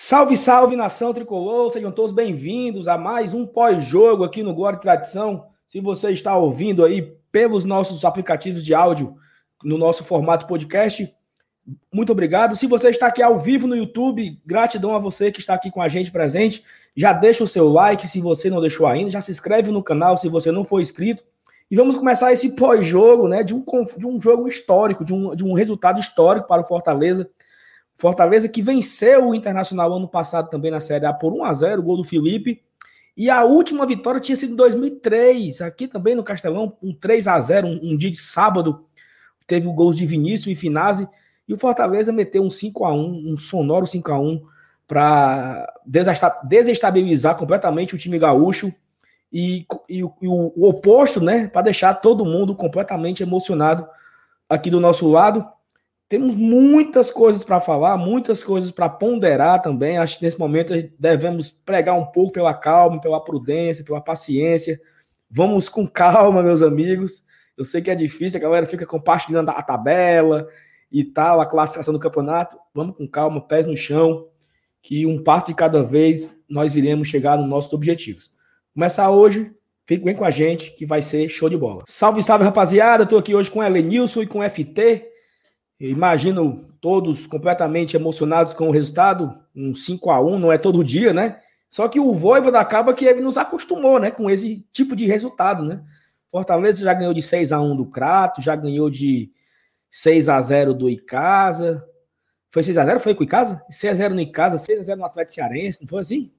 Salve, salve, nação tricolor, sejam todos bem-vindos a mais um pós-jogo aqui no Glória e Tradição. Se você está ouvindo aí pelos nossos aplicativos de áudio, no nosso formato podcast, muito obrigado. Se você está aqui ao vivo no YouTube, gratidão a você que está aqui com a gente presente. Já deixa o seu like se você não deixou ainda, já se inscreve no canal se você não for inscrito. E vamos começar esse pós-jogo, né, de um jogo histórico, de um resultado histórico para o Fortaleza. Fortaleza que venceu o Internacional ano passado também na Série A por 1-0, o gol do Felipe. E a última vitória tinha sido em 2003, aqui também no Castelão, um 3-0, um dia de sábado. Teve o gols de Vinícius e Finazzi. E o Fortaleza meteu um 5-1, um sonoro 5-1, para desestabilizar completamente o time gaúcho. E o oposto, né, para deixar todo mundo completamente emocionado aqui do nosso lado. Temos muitas coisas para falar, muitas coisas para ponderar também. Acho que nesse momento devemos pregar um pouco pela calma, pela prudência, pela paciência. Vamos com calma, meus amigos. Eu sei que é difícil, a galera fica compartilhando a tabela e tal, a classificação do campeonato. Vamos com calma, pés no chão, que um passo de cada vez nós iremos chegar nos nossos objetivos. Começar hoje, fiquem com a gente que vai ser show de bola. Salve, salve, rapaziada. Estou aqui hoje com Elenilson e com FT. Imagino todos completamente emocionados com o resultado, um 5-1, não é todo dia, né? Só que o Vojvoda acaba que ele nos acostumou, né, com esse tipo de resultado, né? Fortaleza já ganhou de 6-1 do Crato, já ganhou de 6-0 do Icasa. Foi 6-0? Foi com o Icasa? 6-0 no Icasa, 6-0 no Atlético Cearense, não foi assim?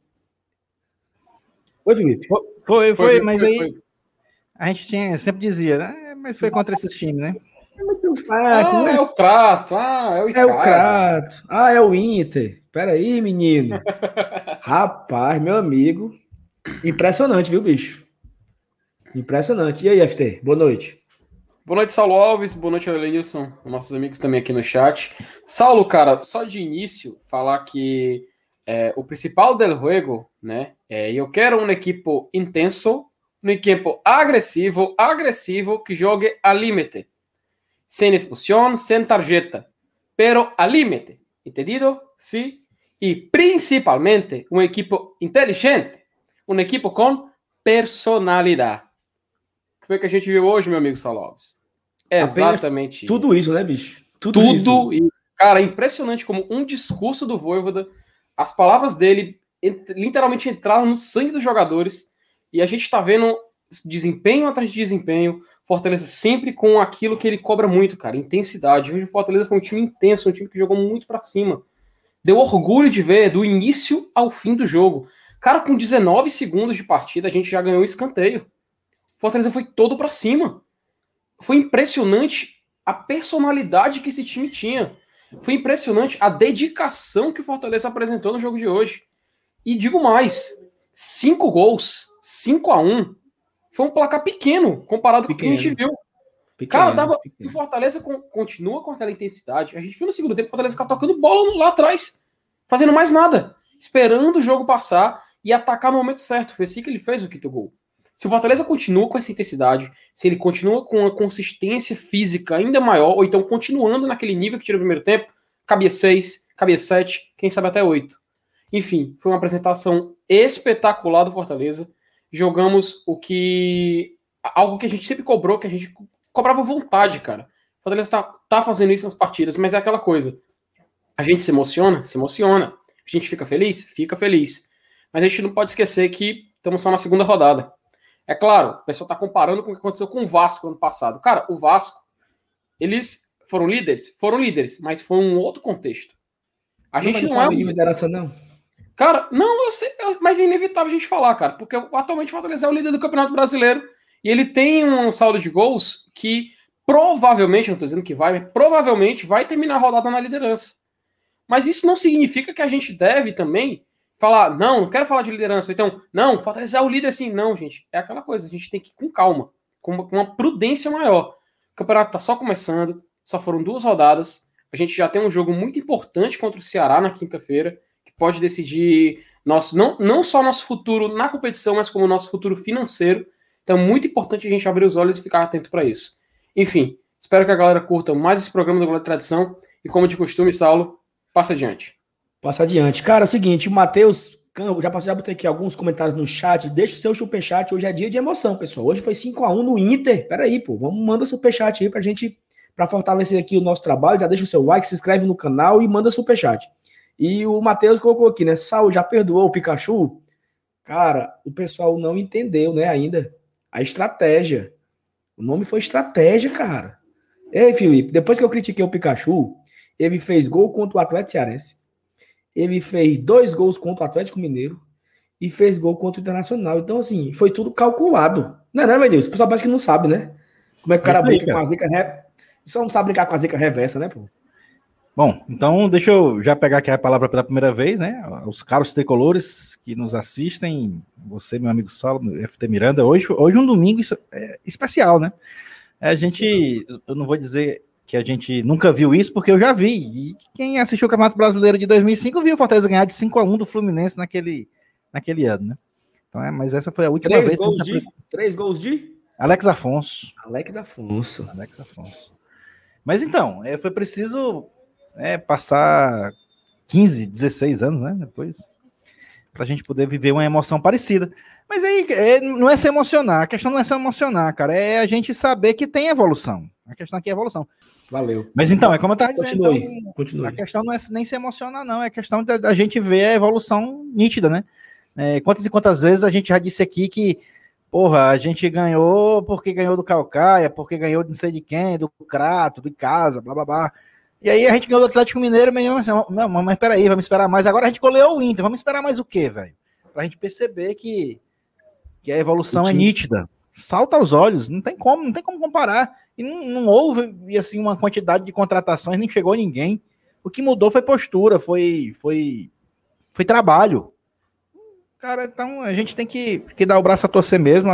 Foi, Felipe? Foi, mas aí a gente sempre dizia, né? Mas foi contra esses times, né? É muito fácil, né? É o Crato, é o Icasa. É o Crato, é o Inter. Peraí, menino. Rapaz, meu amigo. Impressionante, viu, bicho? Impressionante. E aí, FT? Boa noite. Boa noite, Saulo Alves. Boa noite, Elenilson. Nossos amigos também aqui no chat. Saulo, cara, só de início, falar que o principal del juego, né? Eu quero um equipo intenso, um equipo agressivo, que jogue al límite. Sem expulsão, sem tarjeta, pero al límite, entendido? Sim. E principalmente um equipo inteligente, um equipo com personalidade. O que foi que a gente viu hoje, meu amigo Saulo Alves? Exatamente isso. Tudo isso, né, bicho? Tudo isso. E, cara, é impressionante como um discurso do Vojvoda, as palavras dele literalmente entraram no sangue dos jogadores e a gente tá vendo desempenho atrás de desempenho, Fortaleza sempre com aquilo que ele cobra muito, cara, intensidade. Hoje o Fortaleza foi um time intenso, um time que jogou muito pra cima. Deu orgulho de ver do início ao fim do jogo. Cara, com 19 segundos de partida, a gente já ganhou um escanteio. Fortaleza foi todo pra cima. Foi impressionante a personalidade que esse time tinha. Foi impressionante a dedicação que o Fortaleza apresentou no jogo de hoje. E digo mais, 5 gols, 5-1, foi um placar pequeno comparado com o que a gente viu. Cara, o Fortaleza continua com aquela intensidade. A gente viu no segundo tempo o Fortaleza ficar tocando bola lá atrás, fazendo mais nada, esperando o jogo passar e atacar no momento certo. Foi assim que ele fez o quinto gol. Se o Fortaleza continua com essa intensidade, se ele continua com uma consistência física ainda maior, ou então continuando naquele nível que tira no primeiro tempo, cabia 6, cabia 7, quem sabe até 8. Enfim, foi uma apresentação espetacular do Fortaleza. Jogamos algo que a gente sempre cobrou, que a gente cobrava vontade, cara. O Fortaleza tá fazendo isso nas partidas, mas é aquela coisa. A gente se emociona. A gente fica feliz. Mas a gente não pode esquecer que estamos só na segunda rodada. É claro, o pessoal tá comparando com o que aconteceu com o Vasco ano passado. Cara, o Vasco, eles foram líderes, mas foi um outro contexto. A gente não é de liderança, não. Cara, não, eu sei, mas é inevitável a gente falar, cara, porque atualmente o Fortaleza é o líder do Campeonato Brasileiro e ele tem um saldo de gols que provavelmente, não estou dizendo que vai, mas provavelmente vai terminar a rodada na liderança. Mas isso não significa que a gente deve também falar, não quero falar de liderança, então, não, o Fortaleza é o líder assim. Não, gente, é aquela coisa, a gente tem que ir com calma, com uma prudência maior. O campeonato está só começando, só foram 2 rodadas, a gente já tem um jogo muito importante contra o Ceará na quinta-feira, pode decidir não só nosso futuro na competição, mas como nosso futuro financeiro. Então é muito importante a gente abrir os olhos e ficar atento para isso. Enfim, espero que a galera curta mais esse programa do Glória e Tradição. E como de costume, Saulo, passa adiante. Passa adiante. Cara, é o seguinte, o Matheus Campos, já botei aqui alguns comentários no chat. Deixa o seu superchat. Hoje é dia de emoção, pessoal. Hoje foi 5-1 no Inter. Peraí, pô. Manda superchat aí pra gente, pra fortalecer aqui o nosso trabalho. Já deixa o seu like, se inscreve no canal e manda superchat. E o Matheus colocou aqui, né? Saul, já perdoou o Pikachu? Cara, o pessoal não entendeu, né, ainda. A estratégia. O nome foi estratégia, cara. Ei, Felipe, depois que eu critiquei o Pikachu, ele fez gol contra o Atlético Cearense. Ele fez 2 gols contra o Atlético Mineiro e fez gol contra o Internacional. Então, assim, foi tudo calculado. Não é, né, Venilson? O pessoal parece que não sabe, né? Como é que o cara brinca com a zica reversa. Só não sabe brincar com a zica reversa, né, pô? Bom, então deixa eu já pegar aqui a palavra pela primeira vez, né? Os caros tricolores que nos assistem, você, meu amigo Saulo, FT Miranda, hoje um domingo especial, né? Eu não vou dizer que a gente nunca viu isso, porque eu já vi. E quem assistiu o Campeonato Brasileiro de 2005 viu o Fortaleza ganhar de 5-1 do Fluminense naquele ano, né? Então, mas essa foi a última vez. 3 gols de? Alex Afonso. Alex Afonso. Mas então, foi preciso passar 15, 16 anos, né? Depois, pra gente poder viver uma emoção parecida. Mas aí, não é se emocionar. A questão não é se emocionar, cara. É a gente saber que tem evolução. A questão aqui é evolução. Valeu. Mas então, é como eu estava dizendo. Continue. A questão não é nem se emocionar, não. É a questão da gente ver a evolução nítida, né? Quantas e quantas vezes a gente já disse aqui que, porra, a gente ganhou porque ganhou do Calcaia, porque ganhou de não sei de quem, do Crato, do Casa, blá, blá, blá. E aí a gente ganhou do Atlético Mineiro, mas peraí, vamos esperar mais. Agora a gente goleou o Inter, vamos esperar mais o quê, velho? Pra gente perceber que a evolução é nítida. Salta aos olhos, não tem como comparar. E não houve, assim, uma quantidade de contratações, nem chegou ninguém. O que mudou foi postura, foi trabalho. Cara, então a gente tem que dar o braço a torcer mesmo.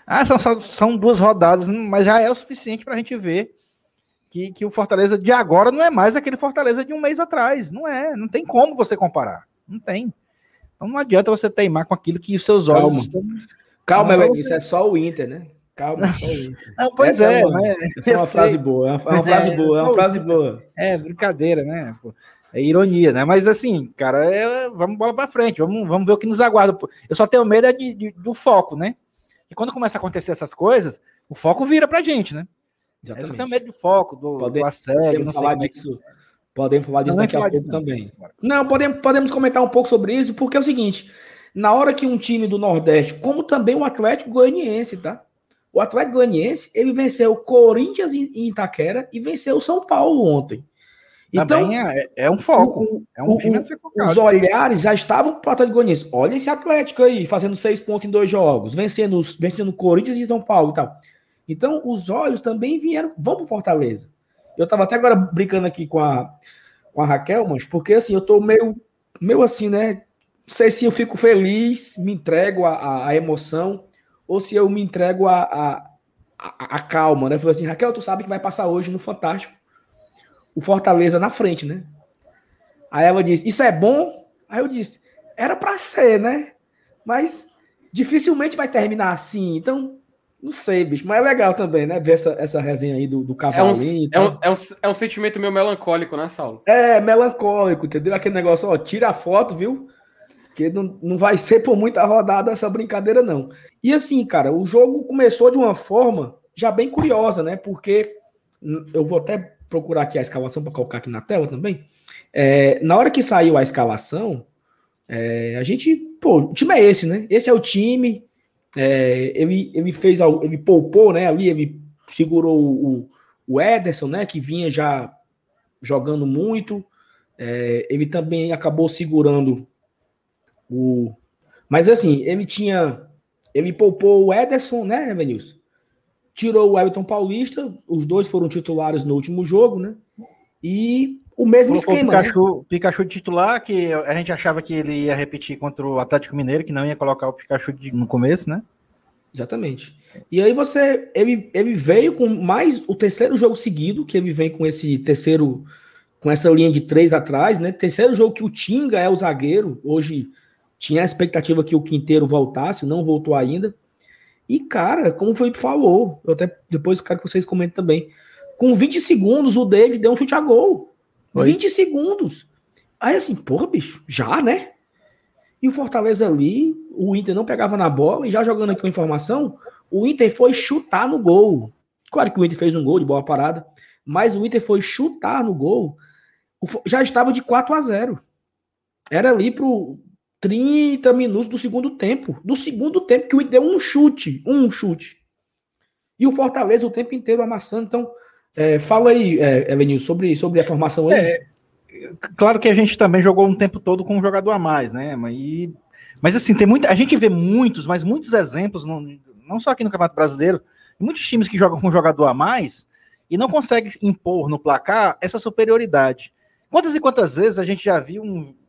São 2 rodadas, mas já é o suficiente pra gente ver que o Fortaleza de agora não é mais aquele Fortaleza de um mês atrás. Não tem como você comparar. Não tem. Então não adianta você teimar com aquilo que os seus olhos... Calma, isso é só o Inter, né? Calma, só o Inter. Não, pois essa é uma frase boa. É uma frase boa. É brincadeira, né? É ironia, né? Mas assim, cara, vamos bola pra frente. Vamos ver o que nos aguarda. Eu só tenho medo do foco, né? E quando começa a acontecer essas coisas, o foco vira pra gente, né? Exatamente. Eu só tenho medo do foco, do assédio, não sei disso. Podemos falar disso daqui a pouco também. Não, podemos comentar um pouco sobre isso, porque é o seguinte, na hora que um time do Nordeste, como também o Atlético Goianiense, tá? O Atlético Goianiense, ele venceu o Corinthians em Itaquera e venceu o São Paulo ontem. Então, é um foco. É um time a ser focado. Os olhares já estavam para o Atlético Goianiense. Olha esse Atlético aí, fazendo 6 pontos em 2 jogos, vencendo o Corinthians e São Paulo e tal. Então, os olhos também vão para o Fortaleza. Eu estava até agora brincando aqui com a Raquel, mas porque assim, eu estou meio assim, né? Não sei se eu fico feliz, me entrego à emoção, ou se eu me entrego à calma, né? Eu falei assim, Raquel, tu sabe que vai passar hoje no Fantástico o Fortaleza na frente, né? Aí ela disse, isso é bom? Aí eu disse, era para ser, né? Mas dificilmente vai terminar assim, então... Não sei, bicho, mas é legal também, né? Ver essa resenha aí do cavalinho. É um sentimento meio melancólico, né, Saulo? É, melancólico, entendeu? Aquele negócio, ó, tira a foto, viu? Que não vai ser por muita rodada essa brincadeira, não. E assim, cara, o jogo começou de uma forma já bem curiosa, né? Porque eu vou até procurar aqui a escalação para colocar aqui na tela também. Na hora que saiu a escalação, a gente, pô, o time é esse, né? Esse é o time. Ele poupou, né? Ali ele segurou o Ederson, né? Que vinha já jogando muito. Ele também acabou segurando mas assim, ele poupou o Ederson, né, Venilson? Tirou o Everton Paulista, os dois foram titulares no último jogo, né? E o mesmo esquema, Pikachu titular, que a gente achava que ele ia repetir contra o Atlético Mineiro, que não ia colocar o Pikachu no começo, né? Exatamente. E aí ele veio com mais o terceiro jogo seguido, que ele vem com esse terceiro, com essa linha de 3 atrás, né? Terceiro jogo que o Tinga é o zagueiro, hoje tinha a expectativa que o Quinteiro voltasse, não voltou ainda. E, cara, como o Felipe falou, eu até depois quero que vocês comentem também, com 20 segundos o David deu um chute a gol. 20 segundos. Aí assim, porra, bicho, já, né? E o Fortaleza ali, o Inter não pegava na bola, e já jogando aqui uma informação, o Inter foi chutar no gol. Claro que o Inter fez um gol de boa parada, mas o Inter foi chutar no gol, já estava de 4-0. Era ali pro 30 minutos do segundo tempo. Do segundo tempo que o Inter deu um chute. E o Fortaleza o tempo inteiro amassando. Então, fala aí, Elenilson, sobre a formação aí. Claro que a gente também jogou um tempo todo com um jogador a mais, né? Mas assim, a gente vê muitos exemplos, não só aqui no Campeonato Brasileiro, muitos times que jogam com um jogador a mais e não conseguem impor no placar essa superioridade. Quantas e quantas vezes a gente já viu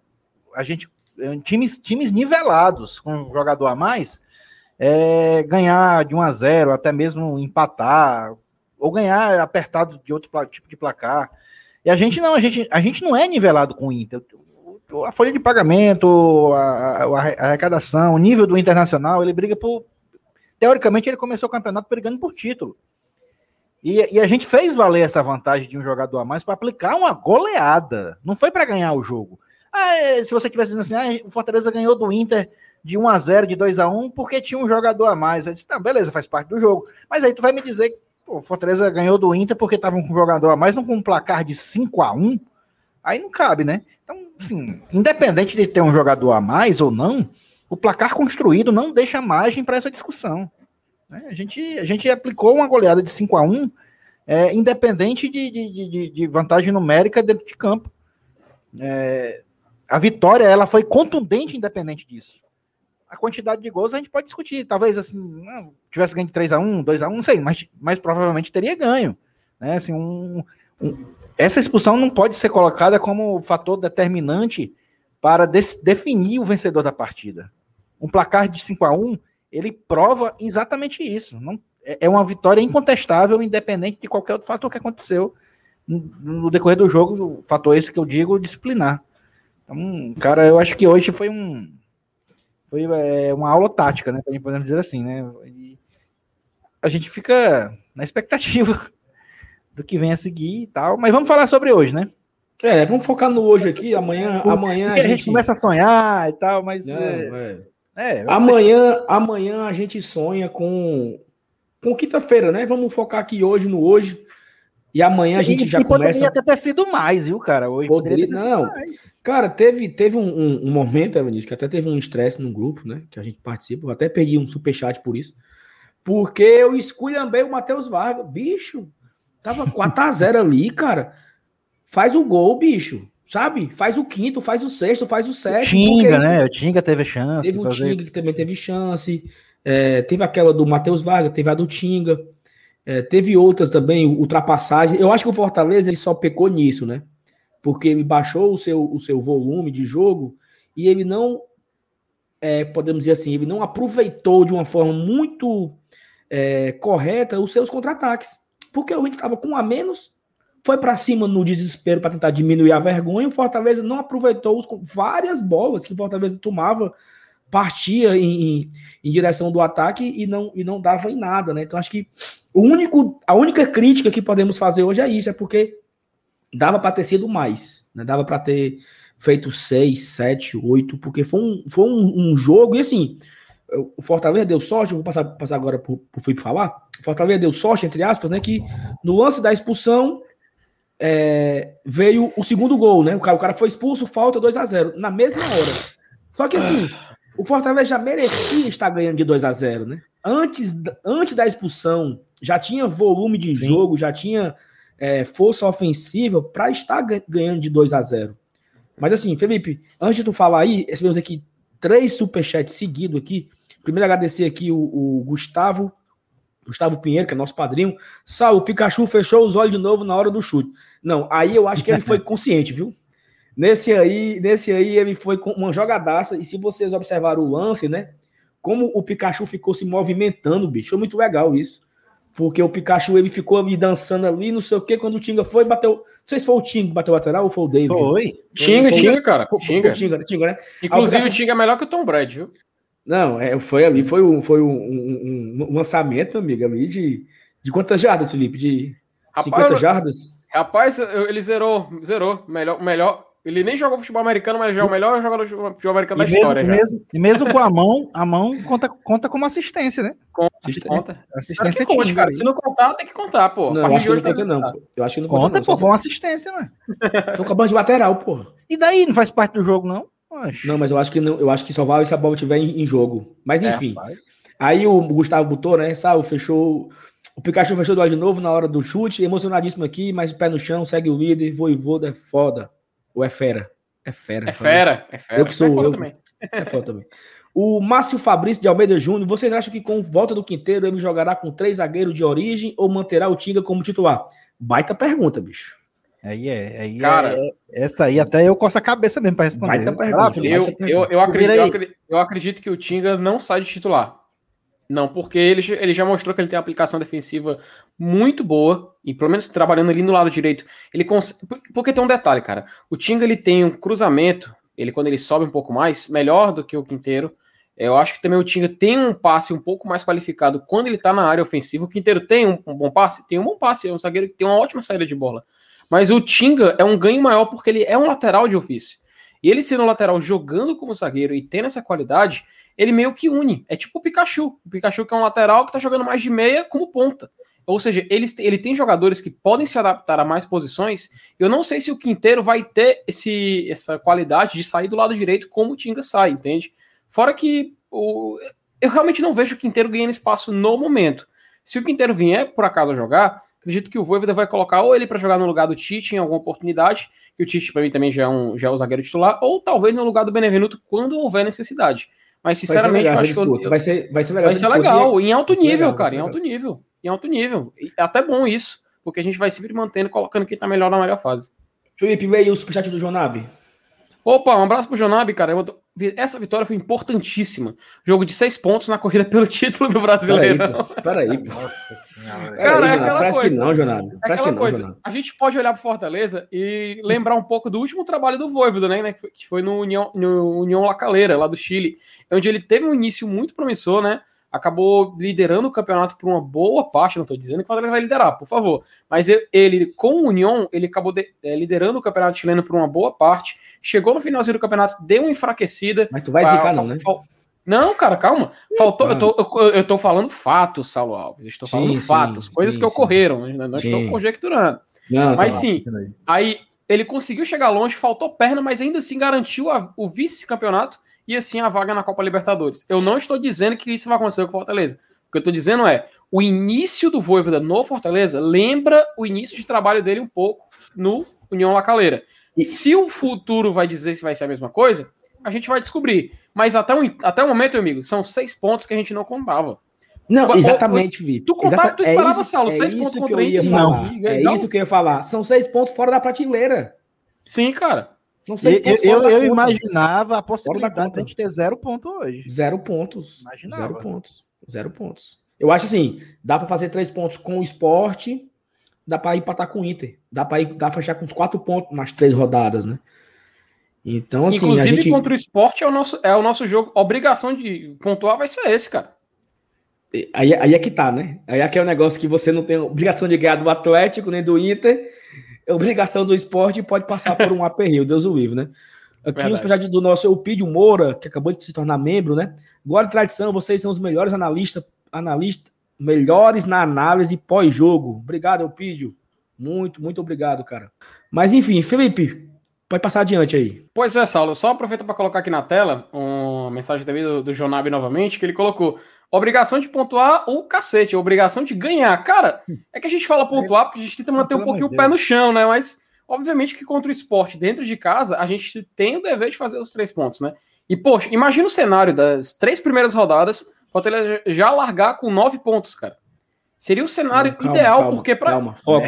times nivelados com um jogador a mais ganhar de 1-0, até mesmo empatar, ou ganhar apertado de outro tipo de placar. E a gente não é nivelado com o Inter. A folha de pagamento, a arrecadação, o nível do Internacional, ele briga por... Teoricamente, ele começou o campeonato brigando por título. E a gente fez valer essa vantagem de um jogador a mais para aplicar uma goleada. Não foi para ganhar o jogo. Se você tivesse dizendo assim, o Fortaleza ganhou do Inter de 1-0, de 2-1, porque tinha um jogador a mais. Aí disse, não, beleza, faz parte do jogo. Mas aí tu vai me dizer que o Fortaleza ganhou do Inter porque estava com um jogador a mais, não com um placar de 5-1. Aí não cabe, né? Então, assim, independente de ter um jogador a mais ou não, o placar construído não deixa margem para essa discussão. A gente aplicou uma goleada de 5-1, independente de vantagem numérica dentro de campo. A vitória ela foi contundente independente disso. A quantidade de gols a gente pode discutir. Talvez assim, não, tivesse ganho de 3-1, 2-1, não sei, mas provavelmente teria ganho. Né? Assim, essa expulsão não pode ser colocada como fator determinante para definir o vencedor da partida. Um placar de 5-1, ele prova exatamente isso. É uma vitória incontestável, independente de qualquer outro fator que aconteceu no decorrer do jogo, o fator esse que eu digo, disciplinar. Então, cara, eu acho que hoje foi uma aula tática, né? Podemos dizer assim, né? E a gente fica na expectativa do que vem a seguir e tal, mas vamos falar sobre hoje, né? Vamos focar no hoje aqui, amanhã a gente começa a sonhar e tal, mas... Amanhã a gente sonha com quinta-feira, né? Vamos focar aqui hoje no hoje. E amanhã a gente já começa... Poderia até ter sido mais, viu, cara? Hoje poderia ter sido mais. Cara, teve um momento, Evanísio, que até teve um estresse no grupo, né? Que a gente participa. Eu até peguei um superchat por isso. Porque eu esculhambei o Matheus Vargas. Bicho, tava 4-0 ali, cara. Faz o gol, bicho. Sabe? Faz o quinto, faz o sexto, faz o sétimo. O Tinga, né? O Tinga teve chance. Teve o Tinga que também teve chance. Teve aquela do Matheus Vargas, teve a do Tinga. Teve outras também, ultrapassagem. Eu acho que o Fortaleza ele só pecou nisso, né? Porque ele baixou o seu volume de jogo e ele não, podemos dizer assim, ele não aproveitou de uma forma muito correta os seus contra-ataques. Porque o Inter estava com um a menos, foi para cima no desespero para tentar diminuir a vergonha. O Fortaleza não aproveitou várias bolas que o Fortaleza tomava, partia em direção do ataque e não dava em nada, né? Então acho que a única crítica que podemos fazer hoje é isso, é porque dava para ter sido mais, né? Dava para ter feito 6, 7, 8, porque foi um jogo, e assim, o Fortaleza deu sorte, eu vou passar agora para o Felipe falar, o Fortaleza deu sorte, entre aspas, né, que no lance da expulsão veio o segundo gol, né? O cara foi expulso, falta 2-0, na mesma hora. Só que assim, o Fortaleza já merecia estar ganhando de 2-0, né? Antes da expulsão, já tinha volume de jogo, já tinha força ofensiva para estar ganhando de 2-0. Mas assim, Felipe, antes de tu falar aí, recebemos aqui 3 superchats seguidos aqui. Primeiro agradecer aqui o Gustavo Pinheiro, que é nosso padrinho. O Pikachu fechou os olhos de novo na hora do chute. Não, aí eu acho que ele foi consciente, viu? Nesse aí ele foi com uma jogadaça, e se vocês observaram o lance, né, como o Pikachu ficou se movimentando, bicho, foi muito legal isso, porque o Pikachu, ele ficou ali dançando ali, não sei o que, quando o Tinga foi, bateu, não sei se foi o Tinga que bateu o lateral ou foi o David. Foi. Tinga, cara. Tinga, né? Inclusive o Tinga é melhor que o Tom Brady, viu? Não, foi ali, foi um lançamento, amigo, ali de quantas jardas, Felipe? De 50 jardas? Rapaz, ele zerou. Melhor Ele nem jogou futebol americano, mas já é o melhor jogador de futebol americano da história. Mesmo com a mão conta como assistência, né? Conta. Assistência conte, cara. Se não contar, tem que contar, pô. Não, eu acho que não conta, não. Eu acho que não conta, pô. Foi uma assistência, mano. Foi com a banda de lateral, pô. E daí? Não faz parte do jogo, não? Não, mas eu acho que não. Eu acho que só vale se a bola estiver em jogo. Mas enfim. Aí o Gustavo botou, né? Sabe, fechou. O Pikachu fechou do lado de novo na hora do chute. Emocionadíssimo aqui, mas o pé no chão, segue o líder. Voivoda é foda. Ou é fera? É fera. É fera. Eu que sou eu. Também. É foda também. O Márcio Fabrício de Almeida Júnior. Vocês acham que com volta do Quinteiro ele jogará com 3 zagueiros de origem ou manterá o Tinga como titular? Baita pergunta, bicho. Cara, essa aí até eu coço a cabeça mesmo para responder. Eu acredito que o Tinga não sai de titular. Não, porque ele já mostrou que ele tem uma aplicação defensiva muito boa, e pelo menos trabalhando ali no lado direito, ele consegue. Porque tem um detalhe, cara. O Tinga ele tem um cruzamento, quando ele sobe um pouco mais, melhor do que o Quinteiro. Eu acho que também o Tinga tem um passe um pouco mais qualificado quando ele tá na área ofensiva. O Quinteiro tem um bom passe? Tem um bom passe, é um zagueiro que tem uma ótima saída de bola. Mas o Tinga é um ganho maior porque ele é um lateral de ofício. E ele sendo lateral jogando como zagueiro e tendo essa qualidade, ele meio que une. É tipo o Pikachu. O Pikachu que é um lateral que tá jogando mais de meia como ponta. Ou seja, ele tem jogadores que podem se adaptar a mais posições. Eu não sei se o Quinteiro vai ter essa qualidade de sair do lado direito como o Tinga sai, entende? Fora que eu realmente não vejo o Quinteiro ganhando espaço no momento. Se o Quinteiro vier, por acaso, jogar, acredito que o Voivoda vai colocar ou ele para jogar no lugar do Tite em alguma oportunidade, que o Tite para mim também já é o zagueiro titular, ou talvez no lugar do Benevenuto quando houver necessidade. Mas sinceramente eu acho que vai ser legal. Vai ser legal, em alto nível, cara, em alto nível. Em alto nível. E é até bom isso, porque a gente vai sempre mantendo, colocando quem tá melhor na melhor fase. Felipe, veio o superchat do Jonabi. Opa, um abraço pro Jonabi, cara. Essa vitória foi importantíssima. Jogo de 6 pontos na corrida pelo título do Brasileirão. Peraí. Nossa senhora. Cara, é aquela coisa. Que não, Jonabi. Jonabi. A gente pode olhar pro Fortaleza e lembrar um pouco do último trabalho do Voivoda, né? Que foi no União La Calera, lá do Chile, onde ele teve um início muito promissor, né? Acabou liderando o campeonato por uma boa parte, não estou dizendo que o Fortaleza vai liderar, por favor. Mas ele com o União, ele acabou liderando o campeonato chileno por uma boa parte. Chegou no finalzinho do campeonato, deu uma enfraquecida. Mas tu vai zicar não, né? Não, cara, calma. Faltou, eu tô falando fatos, Saulo Alves. Estou falando fatos, coisas que ocorreram. Não estou conjecturando. Não, mas sim, aí ele conseguiu chegar longe, faltou perna, mas ainda assim garantiu o vice-campeonato e assim a vaga na Copa Libertadores. Eu não estou dizendo que isso vai acontecer com o Fortaleza. O que eu estou dizendo é, o início do Voivoda no Fortaleza lembra o início de trabalho dele um pouco no União La Calera. E se o futuro vai dizer se vai ser a mesma coisa, a gente vai descobrir. Mas até o momento, amigo, são 6 pontos que a gente não contava. Não, exatamente, Vitor. Tu esperava, Saulo, 6 pontos contra o Inter. Isso que eu ia falar. São 6 pontos fora da prateleira. Sim, cara. São 6 pontos fora eu imaginava a possibilidade de a gente ter 0 ponto hoje. 0 pontos. Imaginava. 0 pontos. Eu acho assim, dá para fazer 3 pontos com o Sport, dá para empatar com o Inter. Dá para fechar com os 4 pontos nas 3 rodadas, né? Então, assim, inclusive, contra o Sport é o nosso jogo. A obrigação de pontuar vai ser esse, cara. Aí é que tá, né? Aí é aquele negócio que você não tem obrigação de ganhar do Atlético, nem do Inter. É obrigação do Sport e pode passar por um aperreio, Deus o livre, né? Aqui o projeto do nosso Eupídio Moura, que acabou de se tornar membro, né? Glória e tradição, vocês são os melhores analistas, melhores na análise pós-jogo. Obrigado, Eupídio. Muito obrigado, cara. Mas enfim, Felipe, pode passar adiante aí. Pois é, Saulo, só aproveita para colocar aqui na tela uma mensagem também do Jonabi novamente, que ele colocou: obrigação de pontuar o cacete, obrigação de ganhar. Cara, é que a gente fala pontuar porque a gente tenta manter um pouquinho o pé no chão, né? Mas, obviamente que contra o Sport dentro de casa, a gente tem o dever de fazer os 3 pontos, né? E, poxa, imagina o cenário das 3 primeiras rodadas, pode ele já largar com 9 pontos, cara. Seria o cenário ideal, porque para... Calma, foco.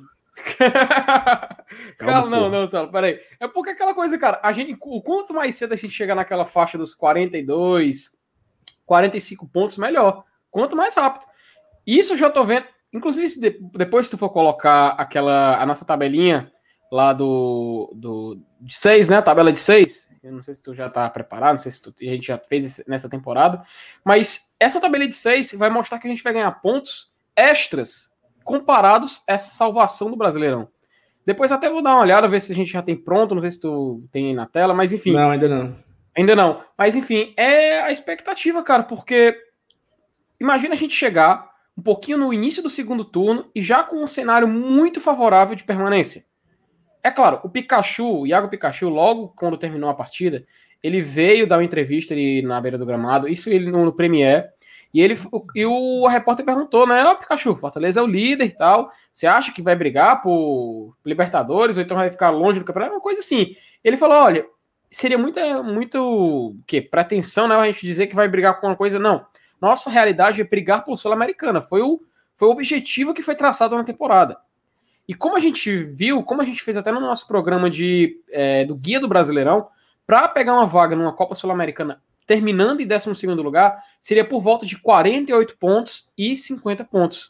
Calma, não, Saulo, peraí. É porque aquela coisa, cara, o quanto mais cedo a gente chegar naquela faixa dos 42, 45 pontos, melhor. Quanto mais rápido. Isso eu já tô vendo. Inclusive, depois se tu for colocar a nossa tabelinha lá de 6, né? Tabela de 6. Eu não sei se tu já tá preparado, não sei se a gente já fez isso nessa temporada. Mas essa tabela de 6 vai mostrar que a gente vai ganhar pontos extras comparados a essa salvação do Brasileirão. Depois até vou dar uma olhada, ver se a gente já tem pronto, não sei se tu tem aí na tela, mas enfim. Não, ainda não. Ainda não. Mas enfim, é a expectativa, cara, porque imagina a gente chegar um pouquinho no início do segundo turno e já com um cenário muito favorável de permanência. É claro, o Iago Pikachu, logo quando terminou a partida, ele veio dar uma entrevista ali na beira do gramado, isso ele no Premier, e o repórter perguntou, né, Pikachu, Fortaleza é o líder e tal, você acha que vai brigar por Libertadores ou então vai ficar longe do campeonato? Uma coisa assim. Ele falou, olha, seria muito pretensão, né, a gente dizer que vai brigar com uma coisa, não. Nossa realidade é brigar por Sul-Americana, foi o objetivo que foi traçado na temporada. E como a gente viu, como a gente fez até no nosso programa do Guia do Brasileirão, para pegar uma vaga numa Copa Sul-Americana terminando em 12º lugar, seria por volta de 48 pontos e 50 pontos.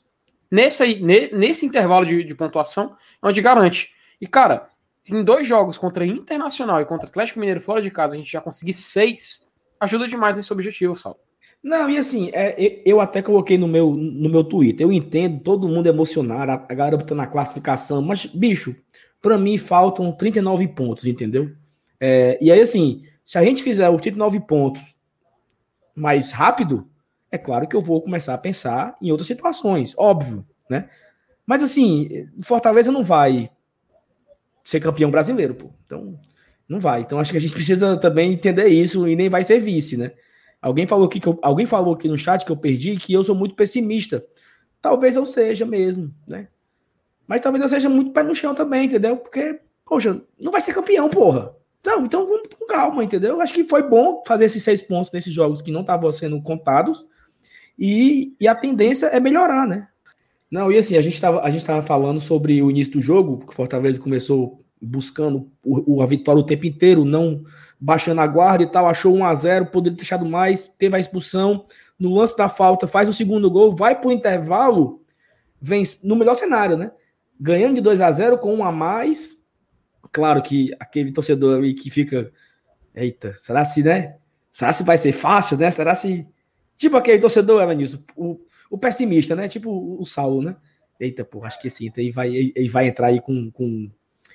Nesse intervalo de pontuação, é onde garante. E, cara, em 2 jogos contra Internacional e contra Atlético Mineiro fora de casa, a gente já conseguir 6, ajuda demais nesse objetivo, Saulo. Não, e assim, eu até coloquei no meu Twitter. Eu entendo todo mundo emocionado, a galera botando na classificação, mas, bicho, pra mim faltam 39 pontos, entendeu? E aí, assim, se a gente fizer os 39 pontos mais rápido, é claro que eu vou começar a pensar em outras situações, óbvio, né? Mas, assim, Fortaleza não vai ser campeão brasileiro, pô. Então, não vai. Então, acho que a gente precisa também entender isso e nem vai ser vice, né? Alguém falou aqui no chat que eu perdi que eu sou muito pessimista. Talvez eu seja mesmo, né? Mas talvez eu seja muito pé no chão também, entendeu? Porque, poxa, não vai ser campeão, porra. Então vamos com calma, entendeu? Acho que foi bom fazer esses 6 pontos nesses jogos que não estavam sendo contados e a tendência é melhorar, né? Não, e assim, a gente tava falando sobre o início do jogo, porque o Fortaleza começou buscando a vitória o tempo inteiro, não baixando a guarda e tal, achou 1-0, poderia ter deixado mais, teve a expulsão, no lance da falta, faz o segundo gol, vai pro intervalo, vem no melhor cenário, né? Ganhando de 2-0 com 1 a mais. Claro que aquele torcedor ali que fica, eita, será se, né? Será se vai ser fácil, né? Será se... Tipo aquele torcedor, Elenilson, o pessimista, né? Tipo o Saulo, né? Eita, porra, acho que sim, ele vai entrar aí com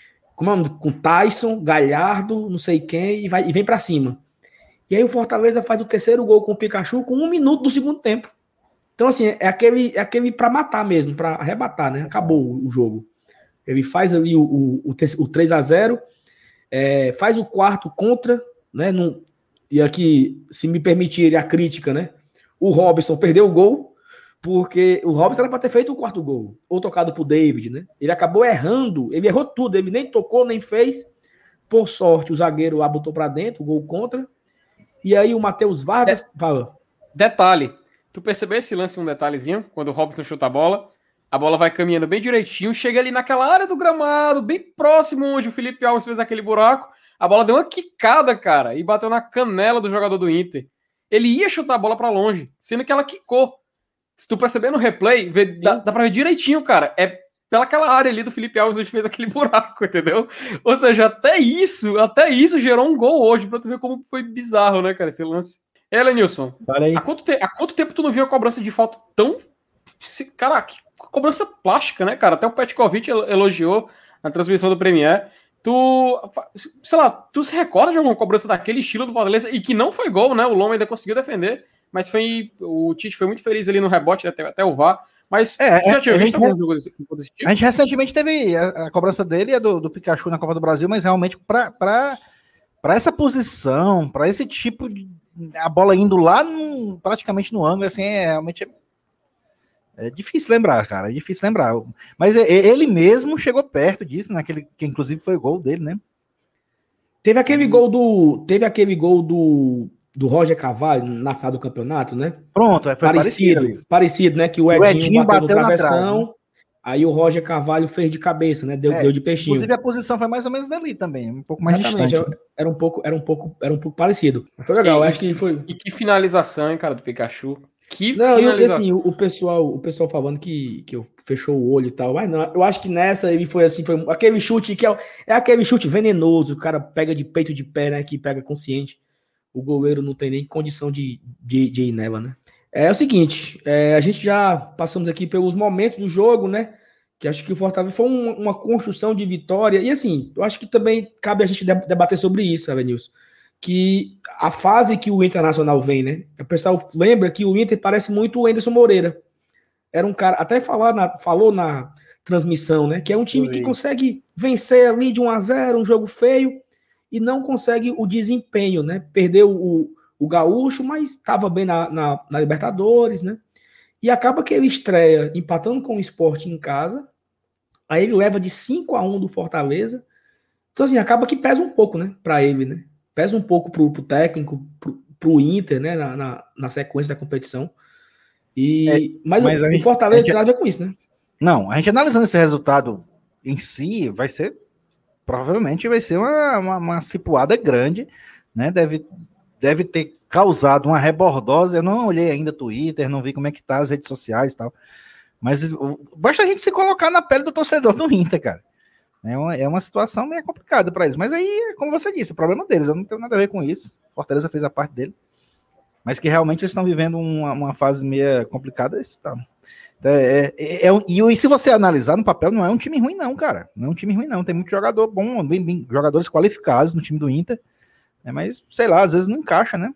Tyson, Galhardo, não sei quem, e vem pra cima. E aí o Fortaleza faz o terceiro gol com o Pikachu com 1 minuto do segundo tempo. Então, assim, é aquele pra matar mesmo, pra arrebatar, né? Acabou o jogo. Ele faz ali o 3-0, faz o quarto contra, né? E aqui, se me permitirem a crítica, né? O Robson perdeu o gol, porque o Robson era para ter feito o quarto gol, ou tocado pro David, né? Ele acabou errando, ele errou tudo, ele nem tocou, nem fez. Por sorte, o zagueiro lá botou para dentro, o gol contra. E aí o Matheus Vargas fala. Detalhe, tu percebeu esse lance, um detalhezinho, quando o Robson chuta a bola vai caminhando bem direitinho, chega ali naquela área do gramado, bem próximo onde o Felipe Alves fez aquele buraco, a bola deu uma quicada, cara, e bateu na canela do jogador do Inter. Ele ia chutar a bola para longe, sendo que ela quicou. Se tu perceber no replay, dá pra ver direitinho, cara. É pelaquela área ali do Felipe Alves onde fez aquele buraco, entendeu? Ou seja, até isso gerou um gol hoje, pra tu ver como foi bizarro, né, cara, esse lance. Lenilson, há quanto tempo tu não viu a cobrança de falta tão... Caraca, cobrança plástica, né, cara? Até o Petkovic elogiou na transmissão do Premier. Tu se recorda de alguma cobrança daquele estilo do Fortaleza e que não foi gol, né? O Loma ainda conseguiu defender, mas o Tite foi muito feliz ali no rebote, até o VAR. Mas já tinha visto algum jogo desse tipo? A gente recentemente teve a cobrança dele e a do Pikachu na Copa do Brasil, mas realmente para essa posição, para esse tipo de a bola indo lá praticamente no ângulo, assim, realmente é difícil lembrar, cara, é difícil lembrar. Mas ele mesmo chegou perto disso, naquele que inclusive foi gol dele, né? Teve aquele gol do Roger Carvalho na final do campeonato, né? Pronto, foi parecido, né? Que o Edinho bateu no travessão, trave, né? Aí o Roger Carvalho fez de cabeça, né? Deu de peixinho. Inclusive a posição foi mais ou menos dali também, um pouco mais distante. Era um pouco parecido. Foi legal, acho que foi. E que finalização, hein, cara, do Pikachu. Assim, o pessoal falando que eu fechou o olho e tal. Mas não, eu acho que nessa ele foi assim, foi aquele chute que é aquele chute venenoso, o cara pega de peito de pé, né? Que pega consciente. O goleiro não tem nem condição de ir nela, né? É o seguinte, a gente já passamos aqui pelos momentos do jogo, né? que acho que o Fortaleza foi uma construção de vitória. E assim, eu acho que também cabe a gente debater sobre isso, Elenilson, que a fase que o Internacional vem, né? O pessoal lembra que o Inter parece muito o Anderson Moreira. Era um cara, até falou na transmissão, né? Que é um time que consegue vencer ali de 1-0, um jogo feio, e não consegue o desempenho, né? Perdeu o Gaúcho, mas estava bem na Libertadores, né? E acaba que ele estreia empatando com o Sport em casa, aí ele leva de 5-1 do Fortaleza. Então, assim, acaba que pesa um pouco, né? Para ele, né? Pesa um pouco pro técnico, pro Inter, né? Na sequência da competição. Mas o Fortaleza tem nada a ver com isso, né? Não, a gente analisando esse resultado em si, provavelmente vai ser uma cipuada grande, né? Deve ter causado uma rebordose. Eu não olhei ainda Twitter, não vi como é que tá as redes sociais e tal. Mas basta a gente se colocar na pele do torcedor do Inter, cara. É uma situação meio complicada para eles. Mas aí, como você disse, o problema deles. Eu não tenho nada a ver com isso. Fortaleza fez a parte dele. Mas que realmente eles estão vivendo uma fase meio complicada. Isso tá. E se você analisar no papel, não é um time ruim, não, cara. Não é um time ruim, não. Tem muito jogador bom, jogadores qualificados no time do Inter. Mas, sei lá, às vezes não encaixa, né?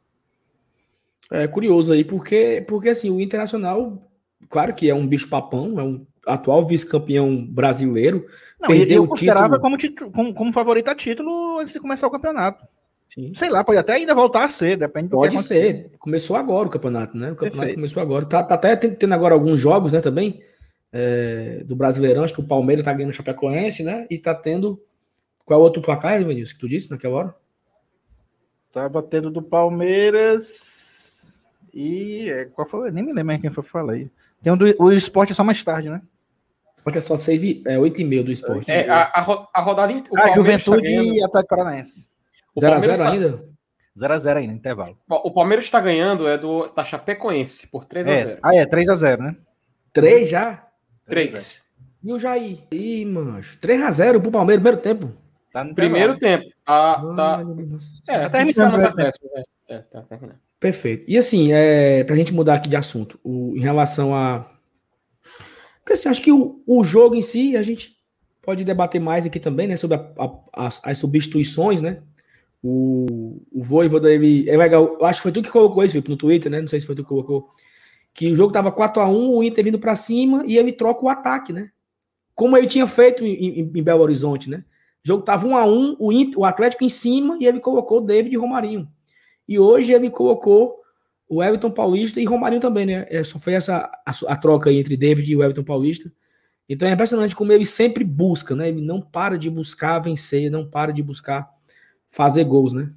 É curioso aí, porque assim, o Internacional, claro que é um bicho-papão, é um atual vice-campeão brasileiro. Não, eu considerava como favorito a título antes de começar o campeonato. Sim. Sei lá, pode até ainda voltar a ser, depende do que acontecer. Pode ser. Começou agora o campeonato, né? O campeonato começou agora. Tá até tendo agora alguns jogos, né, também, do Brasileirão. Acho que o Palmeiras tá ganhando o Chapecoense, né? E tá tendo... Qual é o outro placar, Vinícius, que tu disse naquela hora? Tava tendo do Palmeiras e... qual foi? Nem me lembro quem foi que falei. Tem o Sport é só mais tarde, né? Pode é só 8h30 do Sport. A rodada... Juventude e Atlético Paranaense. 0x0 ainda? 0x0 ainda, intervalo. O Palmeiras está ganhando, da Chapecoense, por 3x0. 3x0, né? 3 já? 3. E o Jair? Ih, mancho. 3x0 pro Palmeiras, primeiro tempo. Tá no primeiro tempo. Tá terminando essa festa. Tá terminando. Perfeito. E assim, pra gente mudar aqui de assunto, em relação a... Porque assim, acho que o jogo em si, a gente pode debater mais aqui também, né? Sobre as substituições, né? O Vojvoda, ele é legal. Eu acho que foi tu que colocou isso, Felipe, no Twitter, né? Não sei se foi tu que colocou. Que o jogo tava 4x1, o Inter vindo pra cima e ele troca o ataque, né? Como ele tinha feito em Belo Horizonte, né? O jogo tava 1x1, o Atlético em cima e ele colocou o David e Romarinho. E hoje ele colocou o Everton Paulista e Romarinho também, né? Só foi a troca aí entre David e o Everton Paulista. Então é impressionante como ele sempre busca, né? Ele não para de buscar vencer, não para de buscar fazer gols, né?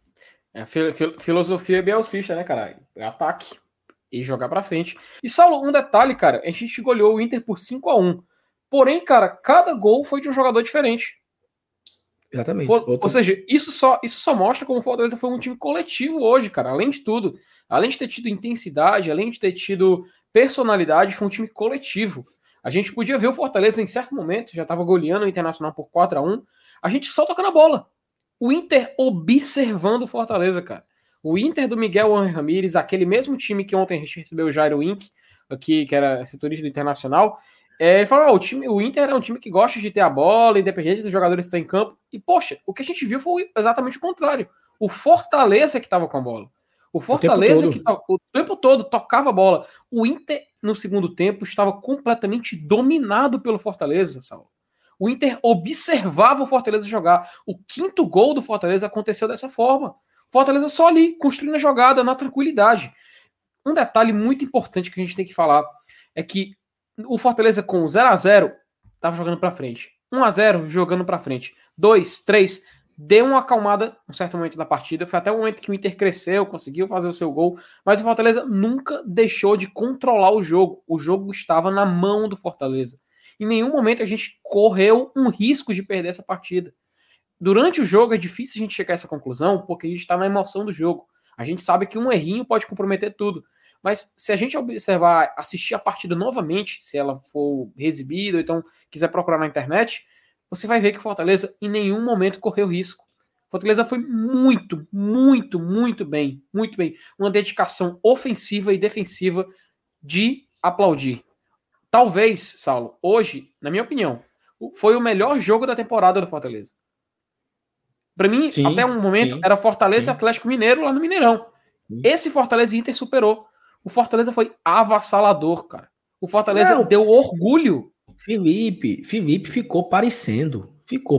Filosofia bielcista, né, cara? Ataque e jogar pra frente. E, Saulo, um detalhe, cara, a gente goleou o Inter por 5x1. Porém, cara, cada gol foi de um jogador diferente. Exatamente. Ou seja, isso só mostra como o Fortaleza foi um time coletivo hoje, cara. Além de tudo, além de ter tido intensidade, além de ter tido personalidade, foi um time coletivo. A gente podia ver o Fortaleza em certo momento, já estava goleando o Internacional por 4x1, a gente só tocando a bola. O Inter observando o Fortaleza, cara. O Inter do Miguel Ramírez, aquele mesmo time que ontem a gente recebeu o Jairo Wink, aqui, que era setorista do Internacional, ele falou, o Inter é um time que gosta de ter a bola, independente dos jogadores que estão em campo. E, poxa, o que a gente viu foi exatamente o contrário. O Fortaleza que estava com a bola. O Fortaleza que o tempo todo tocava a bola. O Inter, no segundo tempo, estava completamente dominado pelo Fortaleza, Saulo. O Inter observava o Fortaleza jogar. O quinto gol do Fortaleza aconteceu dessa forma. Fortaleza só ali, construindo a jogada na tranquilidade. Um detalhe muito importante que a gente tem que falar é que o Fortaleza com 0x0 estava jogando para frente. 1x0 jogando para frente. 2, 3, deu uma acalmada em um certo momento da partida. Foi até o momento que o Inter cresceu, conseguiu fazer o seu gol. Mas o Fortaleza nunca deixou de controlar o jogo. O jogo estava na mão do Fortaleza. Em nenhum momento a gente correu um risco de perder essa partida. Durante o jogo é difícil a gente chegar a essa conclusão, porque a gente está na emoção do jogo. A gente sabe que um errinho pode comprometer tudo. Mas se a gente observar, assistir a partida novamente, se ela for exibida, ou então quiser procurar na internet, você vai ver que o Fortaleza em nenhum momento correu risco. O Fortaleza foi muito, muito, muito bem. Uma dedicação ofensiva e defensiva de aplaudir. talvez, Saulo, hoje, na minha opinião, foi o melhor jogo da temporada do Fortaleza. Para mim, sim, até um momento, era Fortaleza e Atlético Mineiro lá no Mineirão. Sim. Esse Fortaleza e Inter superou. O Fortaleza foi avassalador, cara. O Fortaleza deu orgulho. Felipe ficou parecendo.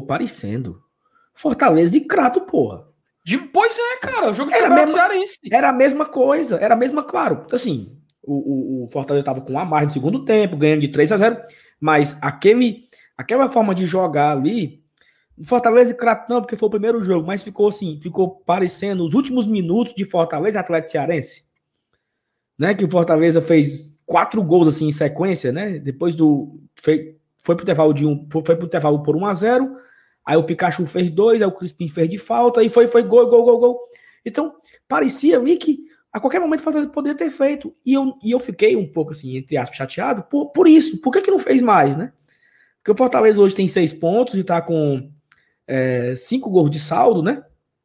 Fortaleza e Crato, porra. Pois é, cara. O jogo de Campeonato Cearense. Era a mesma coisa. Claro. Assim, o Fortaleza estava com a mais no segundo tempo, ganhando de 3-0. Mas aquela forma de jogar ali, Fortaleza e Crato não, porque foi o primeiro jogo, mas ficou parecendo os últimos minutos de Fortaleza e Atlético Cearense, né? Que o Fortaleza fez 4 gols assim em sequência, né? Depois foi pro intervalo por 1-0, aí o Pikachu fez 2, aí o Crispim fez de falta, aí foi gol. Então, parecia ali que a qualquer momento o Fortaleza poderia ter feito. E eu fiquei um pouco assim, entre aspas, chateado por isso. Por que não fez mais, né? Porque o Fortaleza hoje tem 6 pontos e tá com 5 gols de saldo, né?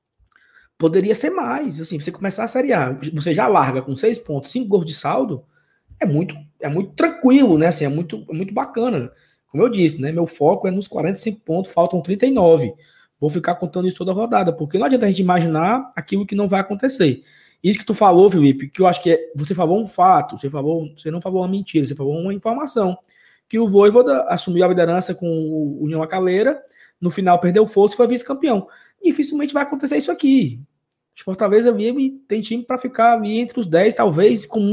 Poderia ser mais. Assim, você começar a Série A, você já larga com 6 pontos, 5 gols de saldo, é muito tranquilo, né? Assim, é muito bacana. Como eu disse, né? Meu foco é nos 45 pontos, faltam 39. Vou ficar contando isso toda a rodada, porque não adianta a gente imaginar aquilo que não vai acontecer. Isso que tu falou, Felipe, que eu acho que você falou um fato, você não falou uma mentira, você falou uma informação, que o Vojvoda assumiu a liderança com o União Acaleira, no final perdeu força e foi vice-campeão. Dificilmente vai acontecer isso aqui. O Fortaleza ali tem time para ficar ali entre os 10, talvez, com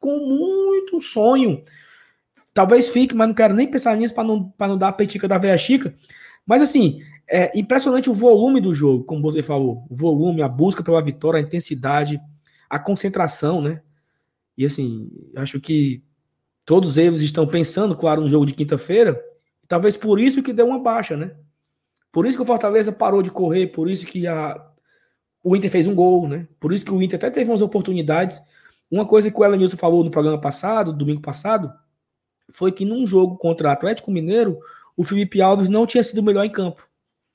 muito sonho. Talvez fique, mas não quero nem pensar nisso para não dar a petica da veia chica. Mas assim, é impressionante o volume do jogo, como você falou. O volume, a busca pela vitória, a intensidade, a concentração, né? E assim, acho que todos eles estão pensando, claro, no jogo de quinta-feira. Talvez por isso que deu uma baixa, né? Por isso que o Fortaleza parou de correr, por isso que o Inter fez um gol, né? Por isso que o Inter até teve umas oportunidades. Uma coisa que o Elenilson falou no programa passado, domingo passado, foi que num jogo contra o Atlético Mineiro, o Felipe Alves não tinha sido o melhor em campo.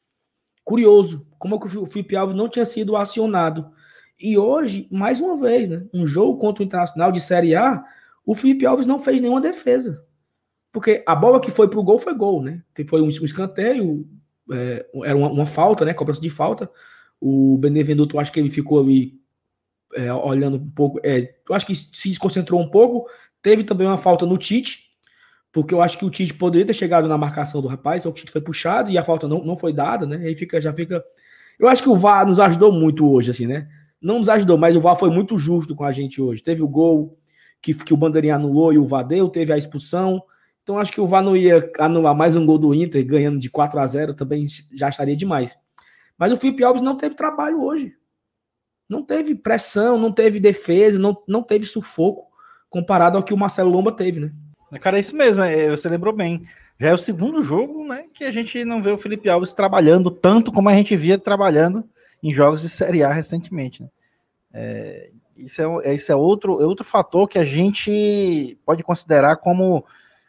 Curioso, como é que o Felipe Alves não tinha sido acionado. E hoje, mais uma vez, né? Um jogo contra o Internacional de Série A, o Felipe Alves não fez nenhuma defesa. Porque a bola que foi pro gol foi gol, né? Foi um escanteio, era uma falta, né? Cobrança de falta. O Benevenuto, acho que ele ficou ali olhando um pouco. Eu acho que se desconcentrou um pouco. Teve também uma falta no Tite, porque eu acho que o Tite poderia ter chegado na marcação do rapaz, só que o Tite foi puxado e a falta não foi dada, né? Aí já fica. Eu acho que o VAR nos ajudou muito hoje, assim, né? Não nos ajudou, mas o VAR foi muito justo com a gente hoje. Teve o gol que o Bandeirinha anulou e o VAR deu, teve a expulsão. Então acho que o VAR não ia anular mais um gol do Inter, ganhando de 4-0, também já estaria demais. Mas o Felipe Alves não teve trabalho hoje. Não teve pressão, não teve defesa, não teve sufoco comparado ao que o Marcelo Lomba teve, né? Cara, é isso mesmo, você lembrou bem. Já é o segundo jogo, né, que a gente não vê o Felipe Alves trabalhando tanto como a gente via trabalhando em jogos de Série A recentemente, né? Isso é outro fator que a gente pode considerar como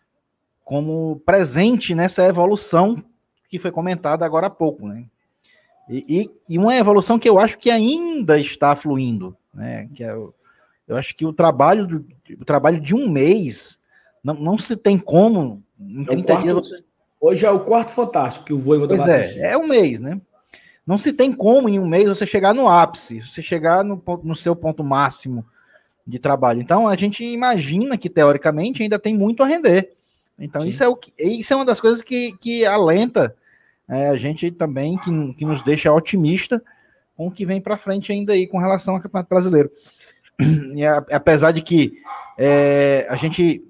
presente nessa evolução que foi comentada agora há pouco, né? E uma evolução que eu acho que ainda está fluindo, né? Eu acho que o trabalho de um mês não se tem como em 30 dias você... Hoje é o quarto fantástico que o Vojvoda vai assistir. É um mês, né? Não se tem como em um mês você chegar no ápice, você chegar no seu ponto máximo de trabalho. Então a gente imagina que teoricamente ainda tem muito a render. Então isso é uma das coisas que alenta a gente também, que nos deixa otimista com o que vem para frente ainda aí com relação ao Campeonato Brasileiro. E apesar de que a gente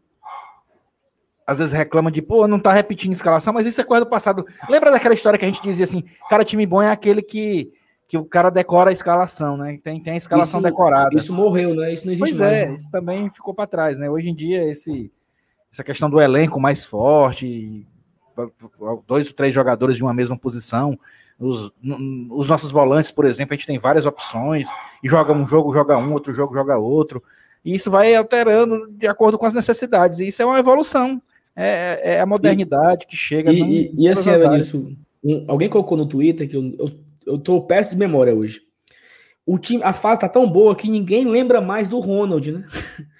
às vezes reclama de, não tá repetindo escalação, mas isso é coisa do passado. Lembra daquela história que a gente dizia assim, cara, time bom é aquele que o cara decora a escalação, né? Tem a escalação decorada. Isso morreu, né? Isso não existe mais. Pois isso também ficou para trás, né? Hoje em dia, essa questão do elenco mais forte, 2 ou 3 jogadores de uma mesma posição, os nossos volantes, por exemplo, a gente tem várias opções, e joga um jogo, joga um, outro jogo, joga outro, e isso vai alterando de acordo com as necessidades, e isso é uma evolução. É a modernidade que chega. E assim, Elenilson, alguém colocou no Twitter que eu tô péssimo de memória hoje. A fase tá tão boa que ninguém lembra mais do Ronald, né?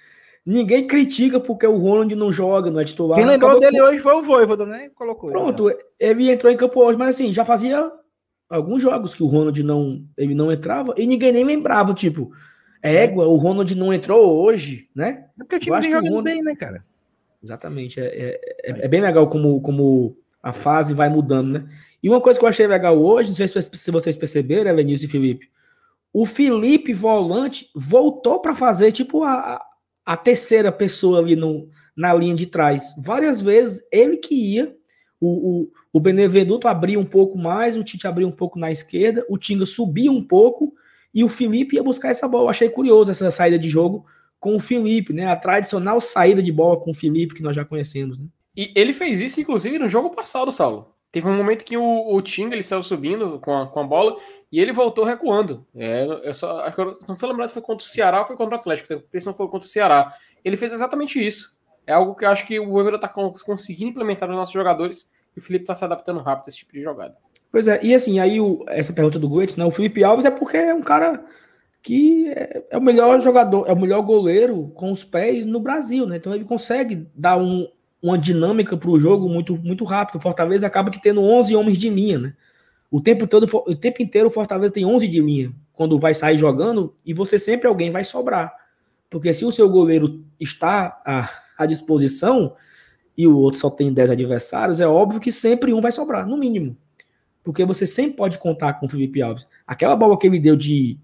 Ninguém critica porque o Ronald não joga, não é titular. Quem lembrou dele hoje foi o Vojvoda, né? Colocou. Pronto, ele entrou em campo hoje, mas assim, já fazia alguns jogos que o Ronald ele não entrava e ninguém nem lembrava, tipo, égua, o Ronald não entrou hoje, né? É porque o time vem jogando bem, né, cara? Exatamente, é bem legal como a fase vai mudando, né? E uma coisa que eu achei legal hoje, não sei se vocês perceberam, Elenilson e Felipe, o Felipe volante voltou para fazer tipo a terceira pessoa ali na linha de trás. Várias vezes ele que ia, o Benevenuto abria um pouco mais, o Tite abria um pouco na esquerda, o Tinga subia um pouco e o Felipe ia buscar essa bola. Eu achei curioso essa saída de jogo com o Felipe, né? A tradicional saída de bola com o Felipe que nós já conhecemos, né? E ele fez isso, inclusive, no jogo passado, Saulo. Teve um momento que o Tinga ele saiu subindo com a bola e ele voltou recuando. Acho que eu não sei lembrar se foi contra o Ceará ou foi contra o Atlético. A impressão foi contra o Ceará. Ele fez exatamente isso. É algo que eu acho que o Voivoda está conseguindo implementar nos nossos jogadores e o Felipe está se adaptando rápido a esse tipo de jogada. Pois é, e assim, aí essa pergunta do Goetz, né? O Felipe Alves é porque é um cara que é o melhor jogador, é o melhor goleiro com os pés no Brasil, né? Então ele consegue dar uma dinâmica para o jogo muito, muito rápido. O Fortaleza acaba que tendo 11 homens de linha, né? O tempo inteiro o Fortaleza tem 11 de linha quando vai sair jogando e você sempre alguém vai sobrar. Porque se o seu goleiro está à disposição e o outro só tem 10 adversários, é óbvio que sempre um vai sobrar, no mínimo. Porque você sempre pode contar com o Felipe Alves. Aquela bola que ele deu de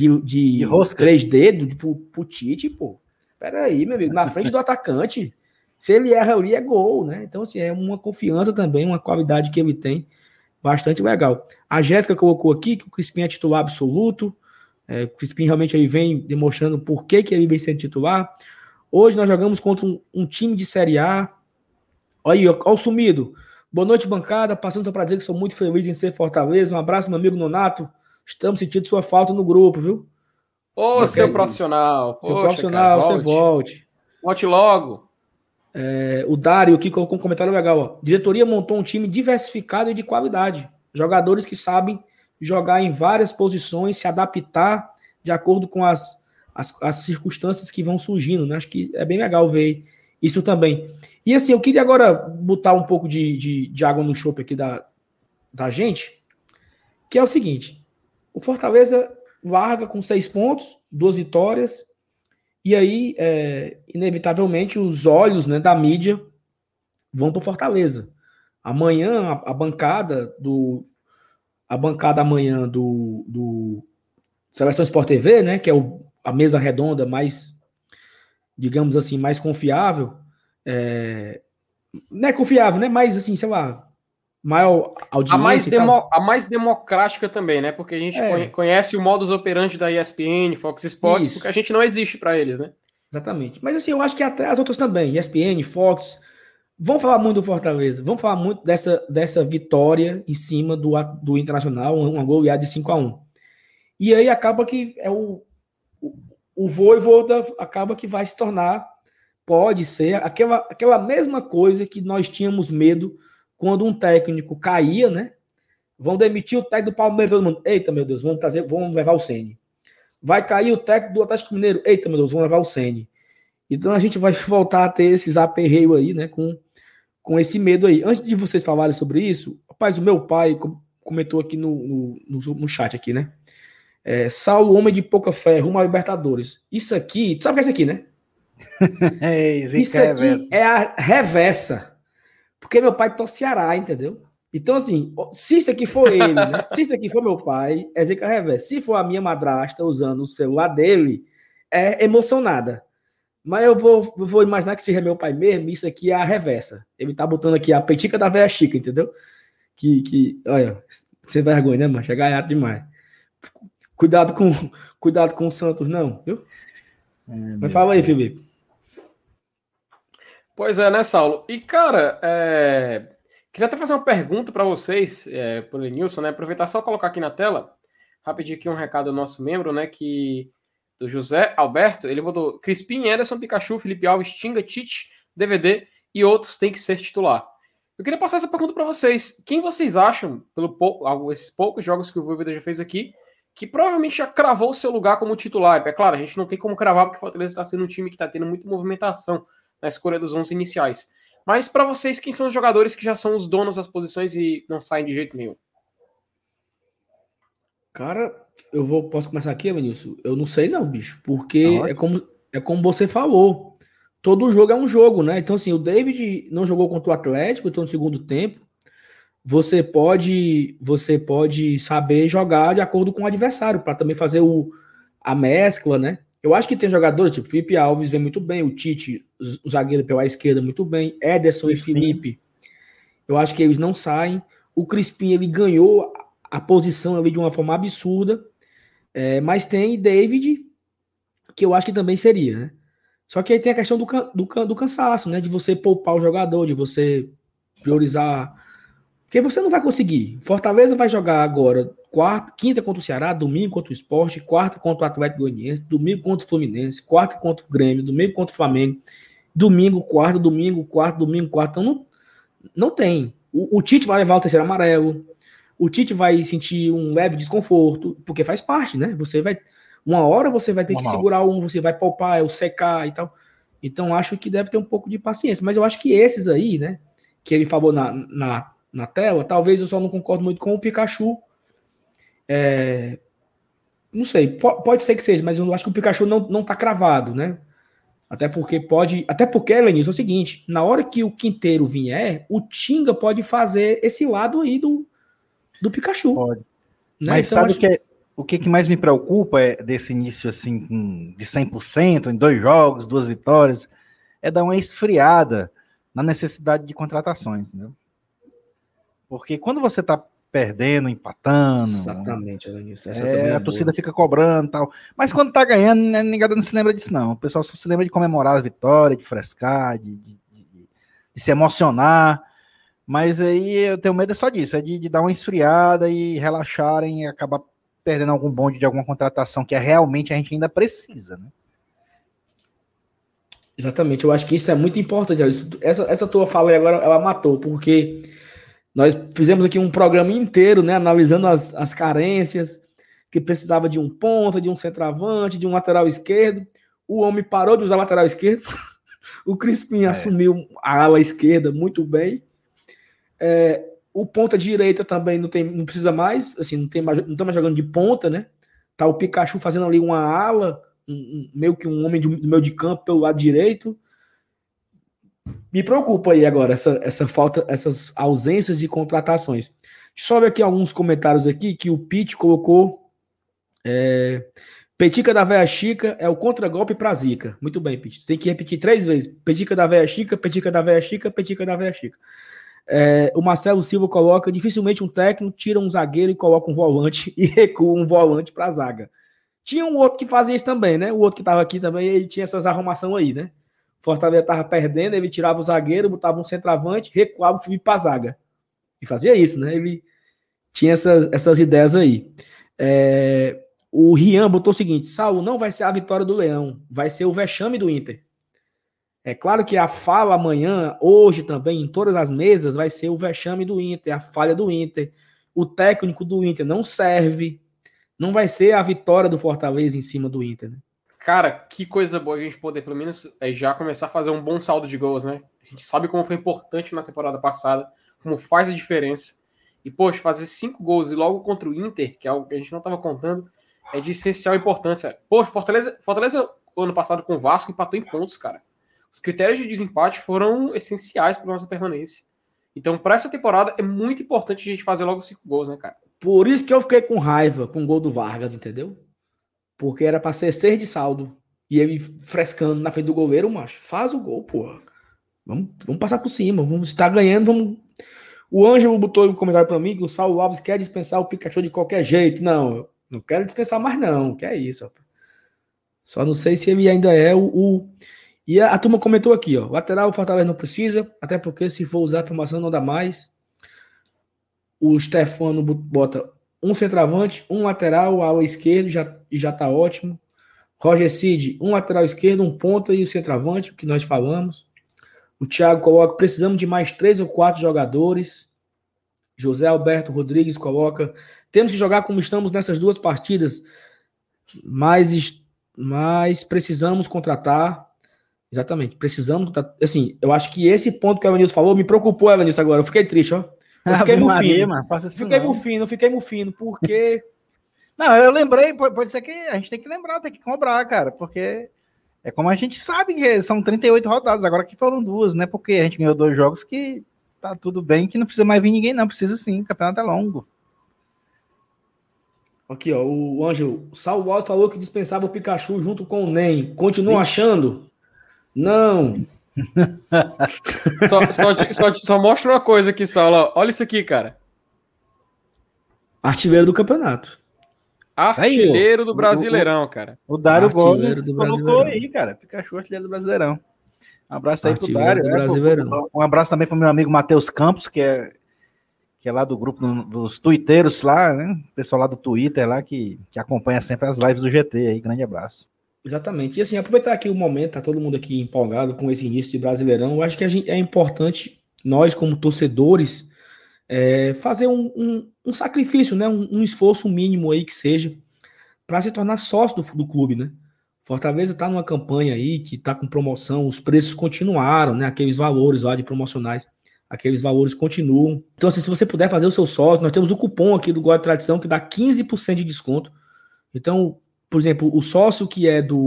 3 dedos pro Tite, pô. Peraí, meu amigo, na frente do atacante, se ele erra ali, é gol, né? Então, assim, é uma confiança também, uma qualidade que ele tem bastante legal. A Jéssica colocou aqui que o Crispim é titular absoluto. O Crispim realmente aí vem demonstrando por que ele vem sendo titular. Hoje nós jogamos contra um time de Série A. Olha aí, ó o sumido. Boa noite, bancada. Passando só para dizer que sou muito feliz em ser Fortaleza. Um abraço, meu amigo Nonato. Estamos sentindo sua falta no grupo, viu? Ô, seu profissional. Seu profissional, cara, você volte. Volte logo. O Dário aqui colocou um comentário legal. Ó. Diretoria montou um time diversificado e de qualidade. Jogadores que sabem jogar em várias posições, se adaptar de acordo com as circunstâncias que vão surgindo. Né? Acho que é bem legal ver isso também. E assim, eu queria agora botar um pouco de água no chope aqui da gente, que é o seguinte. O Fortaleza larga com 6 pontos, 2 vitórias, e aí, inevitavelmente, os olhos, né, da mídia vão para o Fortaleza. Amanhã, a bancada amanhã do Seleção Sport TV, né, que é a mesa redonda mais, digamos assim, mais confiável, não é confiável, né, mas assim, sei lá, maior audiência. A mais democrática também, né? Porque a gente conhece o modus operandi da ESPN, Fox Sports, isso. Porque a gente não existe para eles, né? Exatamente. Mas assim, eu acho que até as outras também, ESPN, Fox, vão falar muito do Fortaleza, vão falar muito dessa vitória em cima do Internacional, uma goleada de 5-1. E aí acaba que o Vojvoda acaba que vai se tornar, pode ser, aquela mesma coisa que nós tínhamos medo quando um técnico caía, né? Vão demitir o técnico do Palmeiras, todo mundo. Eita, meu Deus, vamos levar o Ceni. Vai cair o técnico do Atlético Mineiro. Eita, meu Deus, vamos levar o Ceni. Então a gente vai voltar a ter esses aperreios aí, né? Com esse medo aí. Antes de vocês falarem sobre isso, rapaz, o meu pai comentou aqui no chat aqui, né? Saulo, homem de pouca fé, rumo à Libertadores. Isso aqui, tu sabe o que é isso aqui, né? Isso aqui é a reversa. Porque meu pai torce Ceará, entendeu? Então, assim, se isso aqui for ele, né? Se isso aqui for meu pai, é zica reversa. Se for a minha madrasta usando o celular dele, é emocionada. Mas eu vou imaginar que seja meu pai mesmo, isso aqui é a reversa. Ele tá botando aqui a petica da velha chica, entendeu? Olha, sem vergonha, né, mano? É gaiato demais. Cuidado com o Santos, não, viu? Mas fala aí, Felipe. Pois é, né, Saulo? E, cara, queria até fazer uma pergunta para vocês, pro Lenilson, né? Aproveitar só colocar aqui na tela, rapidinho aqui um recado do nosso membro, né? Do José Alberto, ele botou Crispim, Ederson, Pikachu, Felipe Alves, Tinga, Tite, DVD e outros têm que ser titular. Eu queria passar essa pergunta para vocês. Quem vocês acham, esses poucos jogos que o Voivoda já fez aqui, que provavelmente já cravou o seu lugar como titular. É claro, a gente não tem como cravar porque o Fortaleza está sendo um time que está tendo muita movimentação na escolha dos 11 iniciais. Mas para vocês, quem são os jogadores que já são os donos das posições e não saem de jeito nenhum? Cara, posso começar aqui, Vinícius? Eu não sei não, bicho, porque é como você falou. Todo jogo é um jogo, né? Então, assim, o David não jogou contra o Atlético, então no segundo tempo, você pode saber jogar de acordo com o adversário, para também fazer a mescla, né? Eu acho que tem jogadores, tipo, Felipe Alves vem muito bem, o Tite, o zagueiro pela esquerda, muito bem, Ederson e Felipe, eu acho que eles não saem. O Crispim, ele ganhou a posição ali de uma forma absurda, mas tem David, que eu acho que também seria, né? Só que aí tem a questão do cansaço, né? De você poupar o jogador, de você priorizar. Porque você não vai conseguir. Fortaleza vai jogar agora quinta contra o Ceará, domingo contra o Sport, quarta contra o Atlético Goianiense, domingo contra o Fluminense, quarta contra o Grêmio, domingo contra o Flamengo, domingo, quarta, domingo, quarta, domingo, quarta. Então não tem. O Tite vai levar o terceiro amarelo, o Tite vai sentir um leve desconforto, porque faz parte, né? Uma hora você vai ter que segurar você vai poupar, o secar e tal. Então acho que deve ter um pouco de paciência. Mas eu acho que esses aí, né, que ele falou na tela, talvez eu só não concordo muito com o Pikachu. Não sei, pode ser que seja, mas eu acho que o Pikachu não tá cravado, né? Até porque, Lenilson, é o seguinte, na hora que o Quinteiro vier, o Tinga pode fazer esse lado aí do Pikachu. Pode. Né? Mas então, sabe o que mais me preocupa desse início assim de 100%, em 2 jogos, 2 vitórias, é dar uma esfriada na necessidade de contratações, entendeu? Porque quando você tá perdendo, empatando, exatamente, a torcida fica cobrando e tal, mas quando tá ganhando, ninguém não se lembra disso não, o pessoal só se lembra de comemorar a vitória, de frescar, de se emocionar. Mas aí eu tenho medo só disso, de dar uma esfriada e relaxarem e acabar perdendo algum bonde de alguma contratação que realmente a gente ainda precisa, né? Exatamente, eu acho que isso é muito importante. Essa tua fala aí agora, ela matou, porque nós fizemos aqui um programa inteiro, né, analisando as carências, que precisava de um ponta, de um centroavante, de um lateral esquerdo. O homem parou de usar lateral esquerdo, o Crispim assumiu a ala esquerda muito bem. O ponta direita também não precisa mais, assim, não tá mais jogando de ponta, né? Tá o Pikachu fazendo ali uma ala, meio que um homem do meio de campo pelo lado direito. Me preocupa aí agora essa falta, essas ausências de contratações. Deixa eu só ver aqui alguns comentários aqui que o Pete colocou. Petica da Véia Chica é o contragolpe pra Zica. Muito bem, Pete. Você tem que repetir 3 vezes. Petica da Véia Chica, Petica da Véia Chica, Petica da Véia Chica. O Marcelo Silva coloca, dificilmente um técnico tira um zagueiro e coloca um volante e recua um volante para a zaga. Tinha um outro que fazia isso também, né? O outro que estava aqui também, ele tinha essas arrumações aí, né? Fortaleza estava perdendo, ele tirava o zagueiro, botava um centroavante, recuava o Felipe para a zaga. E fazia isso, né? Ele tinha essas ideias aí. O Rian botou o seguinte, Saulo, não vai ser a vitória do Leão, vai ser o vexame do Inter. É claro que a fala amanhã, hoje também, em todas as mesas, vai ser o vexame do Inter, a falha do Inter. O técnico do Inter não serve. Não vai ser a vitória do Fortaleza em cima do Inter, né? Cara, que coisa boa a gente poder, pelo menos, já começar a fazer um bom saldo de gols, né? A gente sabe como foi importante na temporada passada, como faz a diferença. E, poxa, fazer 5 gols e logo contra o Inter, que é algo que a gente não estava contando, é de essencial importância. Poxa, Fortaleza ano passado com o Vasco empatou em pontos, cara. Os critérios de desempate foram essenciais para nossa permanência. Então, para essa temporada, é muito importante a gente fazer logo 5 gols, né, cara? Por isso que eu fiquei com raiva com o gol do Vargas, entendeu? Porque era para ser 6 de saldo. E ele frescando na frente do goleiro, macho. Faz o gol, porra. Vamos passar por cima. Vamos estar ganhando, vamos... O Ângelo botou um comentário para mim que o Saulo Alves quer dispensar o Pikachu de qualquer jeito. Não, eu não quero dispensar mais não. Que é isso, rapaz. Só não sei se ele ainda é o... E a turma comentou aqui, ó. Lateral o Fortaleza não precisa, até porque se for usar a formação não dá mais. O Stefano bota um centroavante, um lateral, ala esquerdo, já tá ótimo. Roger Cid, um lateral esquerdo, um ponta e o centroavante, o que nós falamos. O Thiago coloca, precisamos de mais 3 ou 4 jogadores. José Alberto Rodrigues coloca: temos que jogar como estamos nessas 2 partidas, mas precisamos contratar. Exatamente, precisamos. Assim, eu acho que esse ponto que o Evanilson falou me preocupou, Evanilson, agora. Eu fiquei triste, ó. Eu fiquei mufino. Fiquei mufino, porque. Não, eu lembrei, pode ser que a gente tem que lembrar, tem que cobrar, cara, porque é como a gente sabe que são 38 rodadas, agora que foram 2, né? Porque a gente ganhou 2 jogos que tá tudo bem, que não precisa mais vir ninguém, não, precisa sim, o campeonato é longo. Aqui, ó, o Ângelo, Saul Wallace falou que dispensava o Pikachu junto com o Nen. Continuam achando? Não. Só mostra uma coisa aqui, Saulo. Olha isso aqui, cara. Artilheiro do campeonato. Artilheiro do Brasileirão, cara. O Dário Gomes colocou aí, cara. Pikachu, artilheiro do Brasileirão. Um abraço aí pro Dário. Um abraço também pro meu amigo Matheus Campos, que é lá do grupo dos tuiteiros lá, né? Pessoal lá do Twitter lá que acompanha sempre as lives do GT aí. Grande abraço. Exatamente. E assim, aproveitar aqui o momento, tá todo mundo aqui empolgado com esse início de Brasileirão. Eu acho que é importante, nós como torcedores, fazer um sacrifício, né? Um esforço mínimo aí que seja, para se tornar sócio do clube, né? Fortaleza está numa campanha aí que está com promoção, os preços continuaram, né? Aqueles valores lá de promocionais, aqueles valores continuam. Então, assim, se você puder fazer o seu sócio, nós temos o cupom aqui do Gol de Tradição que dá 15% de desconto. Então, por exemplo, o sócio que é de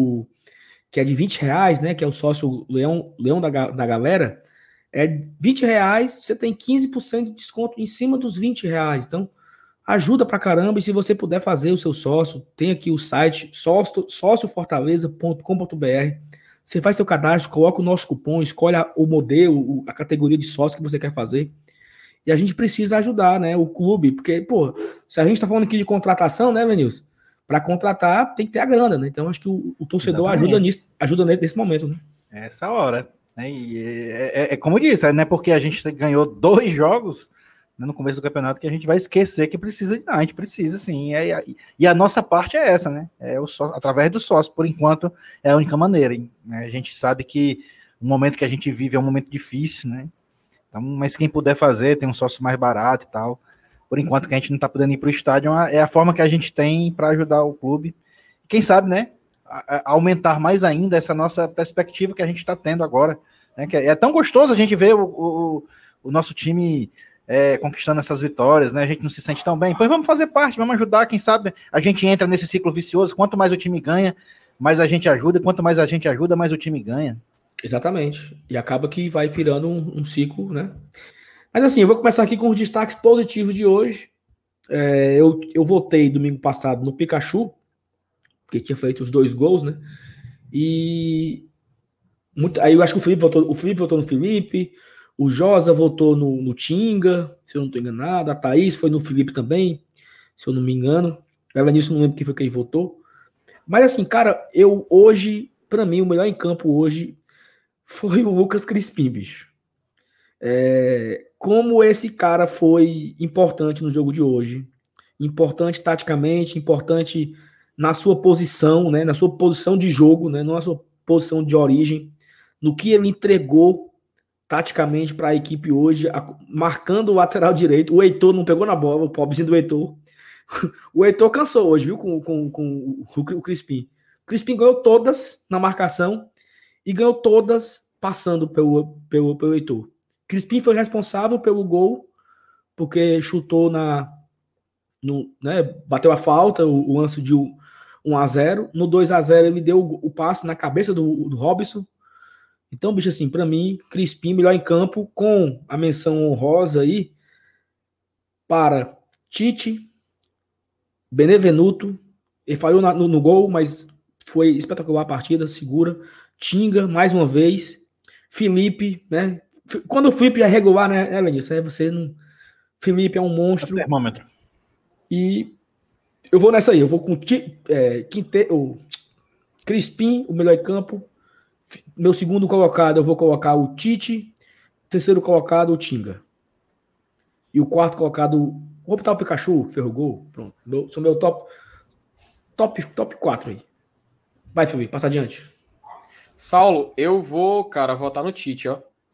R$20, né? Que é o sócio leão da galera, é R$20, você tem 15% de desconto em cima dos R$20. Então, ajuda pra caramba. E se você puder fazer o seu sócio, tem aqui o site sociofortaleza.com.br. Você faz seu cadastro, coloca o nosso cupom, escolhe o modelo, a categoria de sócio que você quer fazer. E a gente precisa ajudar, né, o clube, porque, pô, se a gente tá falando aqui de contratação, né, Venilson? Para contratar tem que ter a grana, né? Então acho que o torcedor ajuda nesse momento, né? Essa hora. Né? E como eu disse, não é porque a gente ganhou 2 jogos no começo do campeonato que a gente vai esquecer que precisa de. Não, a gente precisa sim. E a nossa parte é essa, né? Através do sócio, por enquanto, é a única maneira. Né? A gente sabe que o momento que a gente vive é um momento difícil, né? Então, mas quem puder fazer, tem um sócio mais barato e tal. Por enquanto que a gente não está podendo ir para o estádio, é a forma que a gente tem para ajudar o clube. Quem sabe, né? Aumentar mais ainda essa nossa perspectiva que a gente está tendo agora. Né? Que é tão gostoso a gente ver o nosso time conquistando essas vitórias, né? A gente não se sente tão bem. Pois vamos fazer parte, vamos ajudar. Quem sabe a gente entra nesse ciclo vicioso. Quanto mais o time ganha, mais a gente ajuda. E quanto mais a gente ajuda, mais o time ganha. Exatamente. E acaba que vai virando um ciclo, né? Mas assim, eu vou começar aqui com os destaques positivos de hoje. Eu votei domingo passado no Pikachu, porque tinha feito os 2 gols, né? E aí eu acho que o Felipe votou no Felipe, o Josa votou no Tinga, se eu não estou enganado, a Thaís foi no Felipe também, se eu não me engano. Ela nisso não lembro quem foi que votou. Mas assim, cara, hoje, para mim, o melhor em campo hoje foi o Lucas Crispim, bicho. Como esse cara foi importante no jogo de hoje, importante taticamente, importante na sua posição, né, na sua posição de jogo, né, não na sua posição de origem, no que ele entregou taticamente para a equipe hoje, marcando o lateral direito. O Heitor não pegou na bola, o pobrezinho do Heitor. O Heitor cansou hoje, viu, com o Crispim. O Crispim ganhou todas na marcação e ganhou todas passando pelo Heitor. Crispim foi responsável pelo gol, porque chutou bateu a falta, o lance de 1-0. No 2-0 ele deu o passe na cabeça do Robson. Então, bicho, assim, para mim, Crispim melhor em campo, com a menção honrosa aí para Tite, Benevenuto. Ele falhou no gol, mas foi espetacular a partida, segura. Tinga, mais uma vez. Felipe, né? Quando o Felipe é regular, né, Lenilson? Aí você não. Felipe é um monstro. É termômetro. E eu vou nessa aí. Eu vou com Crispim, o melhor em campo. Meu segundo colocado, eu vou colocar o Tite. Terceiro colocado, o Tinga. E o quarto colocado, vou botar o Pikachu, Ferrugol. Pronto. Sou meu top 4 aí. Vai, Felipe, passa adiante. Saulo, eu vou, cara, votar no Tite, ó.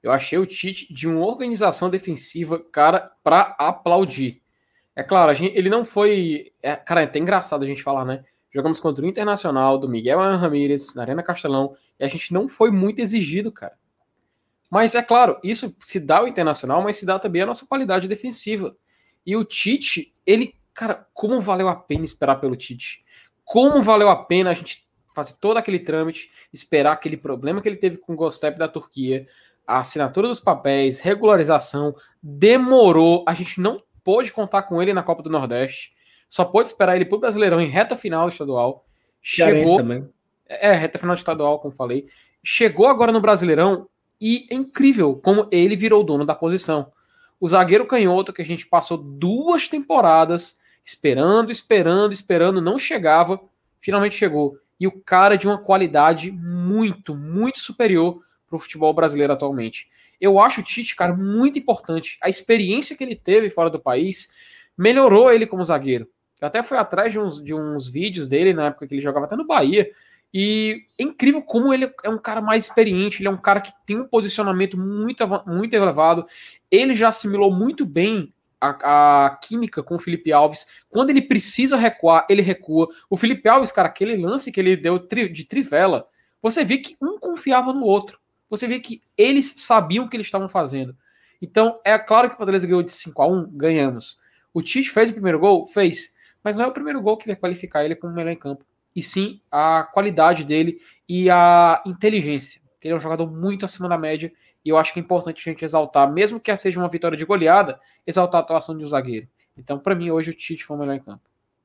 Eu achei o Tite de uma organização defensiva, cara, para aplaudir. É claro, ele não foi... cara, é até engraçado a gente falar, né? Jogamos contra o Internacional, do Miguel Ramírez, na Arena Castelão, e a gente não foi muito exigido, cara. Mas, é claro, isso se dá ao Internacional, mas se dá também a nossa qualidade defensiva. E o Tite, ele... Cara, como valeu a pena esperar pelo Tite? Como valeu a pena a gente fazer todo aquele trâmite, esperar aquele problema que ele teve com o Gostep da Turquia, a assinatura dos papéis, regularização, demorou, a gente não pôde contar com ele na Copa do Nordeste, só pôde esperar ele pro Brasileirão em reta final do estadual, chegou, também. Reta final do estadual, como falei, chegou agora no Brasileirão e é incrível como ele virou o dono da posição. O zagueiro canhoto que a gente passou 2 temporadas esperando, não chegava, finalmente chegou. E o cara de uma qualidade muito, muito superior para o futebol brasileiro atualmente. Eu acho o Tite, cara, muito importante. A experiência que ele teve fora do país melhorou ele como zagueiro. Eu até fui atrás de uns vídeos dele na época que ele jogava até no Bahia. E é incrível como ele é um cara mais experiente, ele é um cara que tem um posicionamento muito, muito elevado. Ele já assimilou muito bem a química com o Felipe Alves. Quando ele precisa recuar, ele recua. O Felipe Alves, cara, aquele lance que ele deu de trivela, você vê que um confiava no outro. Você vê que eles sabiam o que eles estavam fazendo. Então, é claro que o Fortaleza ganhou de 5-1, ganhamos. O Tite fez o primeiro gol? Fez. Mas não é o primeiro gol que vai qualificar ele como melhor em campo. E sim a qualidade dele e a inteligência. Ele é um jogador muito acima da média. E eu acho que é importante a gente exaltar, mesmo que seja uma vitória de goleada, exaltar a atuação de um zagueiro. Então, para mim, hoje o Tite foi o melhor em campo.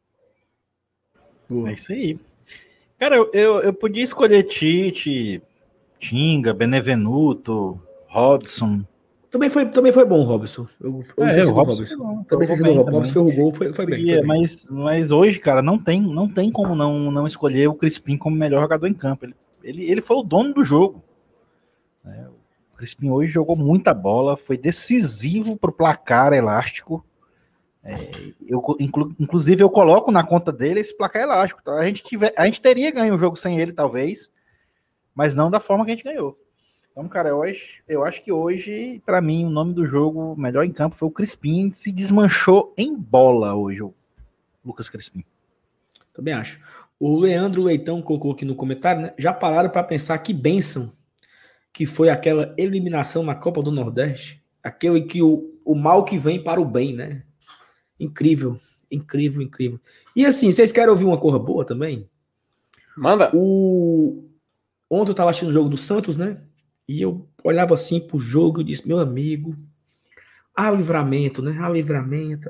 É isso aí. Cara, eu podia escolher Tite, Tinga, Benevenuto, Robson. Também foi bom o Robson. O Robson. Também sei o Robson fez o gol, foi bem. Mas hoje, cara, não tem como não escolher o Crispim como melhor jogador em campo. Ele foi o dono do jogo. O Crispim hoje jogou muita bola, foi decisivo pro placar elástico. Inclusive, eu coloco na conta dele esse placar elástico. A gente teria ganho o jogo sem ele, talvez, mas não da forma que a gente ganhou. Então, cara, eu acho que hoje, para mim, o nome do jogo melhor em campo foi o Crispim. Se desmanchou em bola hoje, o Lucas Crispim. Também acho. O Leandro Leitão colocou aqui no comentário, né? Já pararam para pensar que bênção que foi aquela eliminação na Copa do Nordeste? Aquele que o mal que vem para o bem, né? Incrível. E assim, vocês querem ouvir uma coisa boa também? Manda. Ontem eu tava assistindo o jogo do Santos, né? E eu olhava assim pro jogo e disse, meu amigo, livramento, né? Livramento.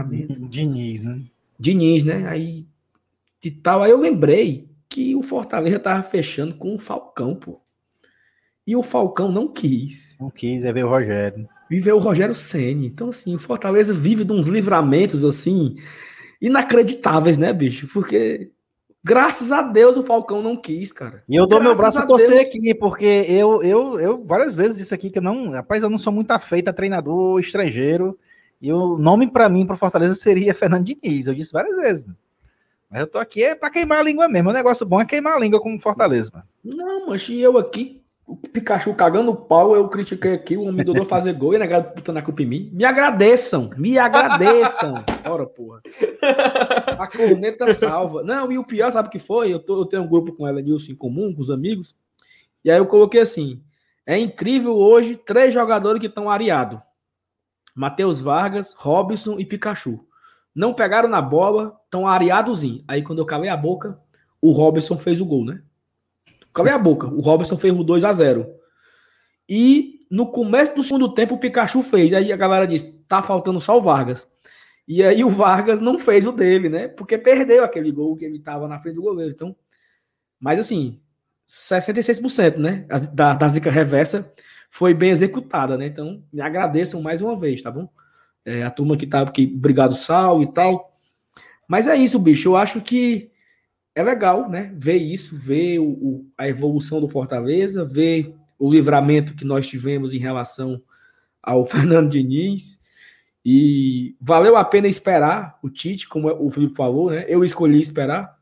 Diniz, né? Aí eu lembrei que o Fortaleza tava fechando com o Falcão, pô. E o Falcão não quis. Não quis, ver o Rogério. Viveu o Rogério Ceni. Então, assim, o Fortaleza vive de uns livramentos, assim, inacreditáveis, né, bicho? Porque, graças a Deus, o Falcão não quis, cara. E eu dou meu braço a torcer aqui, porque eu várias vezes disse aqui que eu não sou muito afeito a treinador estrangeiro, e o nome pra mim, pro Fortaleza, seria Fernando Diniz. Eu disse várias vezes. Mas eu tô aqui pra queimar a língua mesmo. O negócio bom é queimar a língua com o Fortaleza, mano. Não, mas e eu aqui, o Pikachu cagando o pau, eu critiquei aqui, o homem Dodô fazer gol e negado botando a culpa em mim. Me agradeçam. Ora, porra. A corneta salva. Não, e o pior, sabe o que foi? Eu tenho um grupo com ela, Nilson, em comum, com os amigos, e aí eu coloquei assim, é incrível hoje, 3 jogadores que estão areados. Matheus Vargas, Robson e Pikachu. Não pegaram na bola, estão areadozinho. Aí quando eu calei a boca, o Robson fez o gol, né? Calei a boca. O Robson fez o 2-0. E no começo do segundo tempo, o Pikachu fez. Aí a galera disse, tá faltando só o Vargas. E aí o Vargas não fez o dele, né? Porque perdeu aquele gol que ele tava na frente do goleiro. Então, mas assim, 66%, né? Da zica reversa foi bem executada, né? Então, me agradeçam mais uma vez, tá bom? A turma que tá aqui, obrigado, Sal e tal. Mas é isso, bicho. Eu acho que é legal, né? Ver isso, ver a evolução do Fortaleza, ver o livramento que nós tivemos em relação ao Fernando Diniz. E valeu a pena esperar o Tite, como o Felipe falou, né? Eu escolhi esperar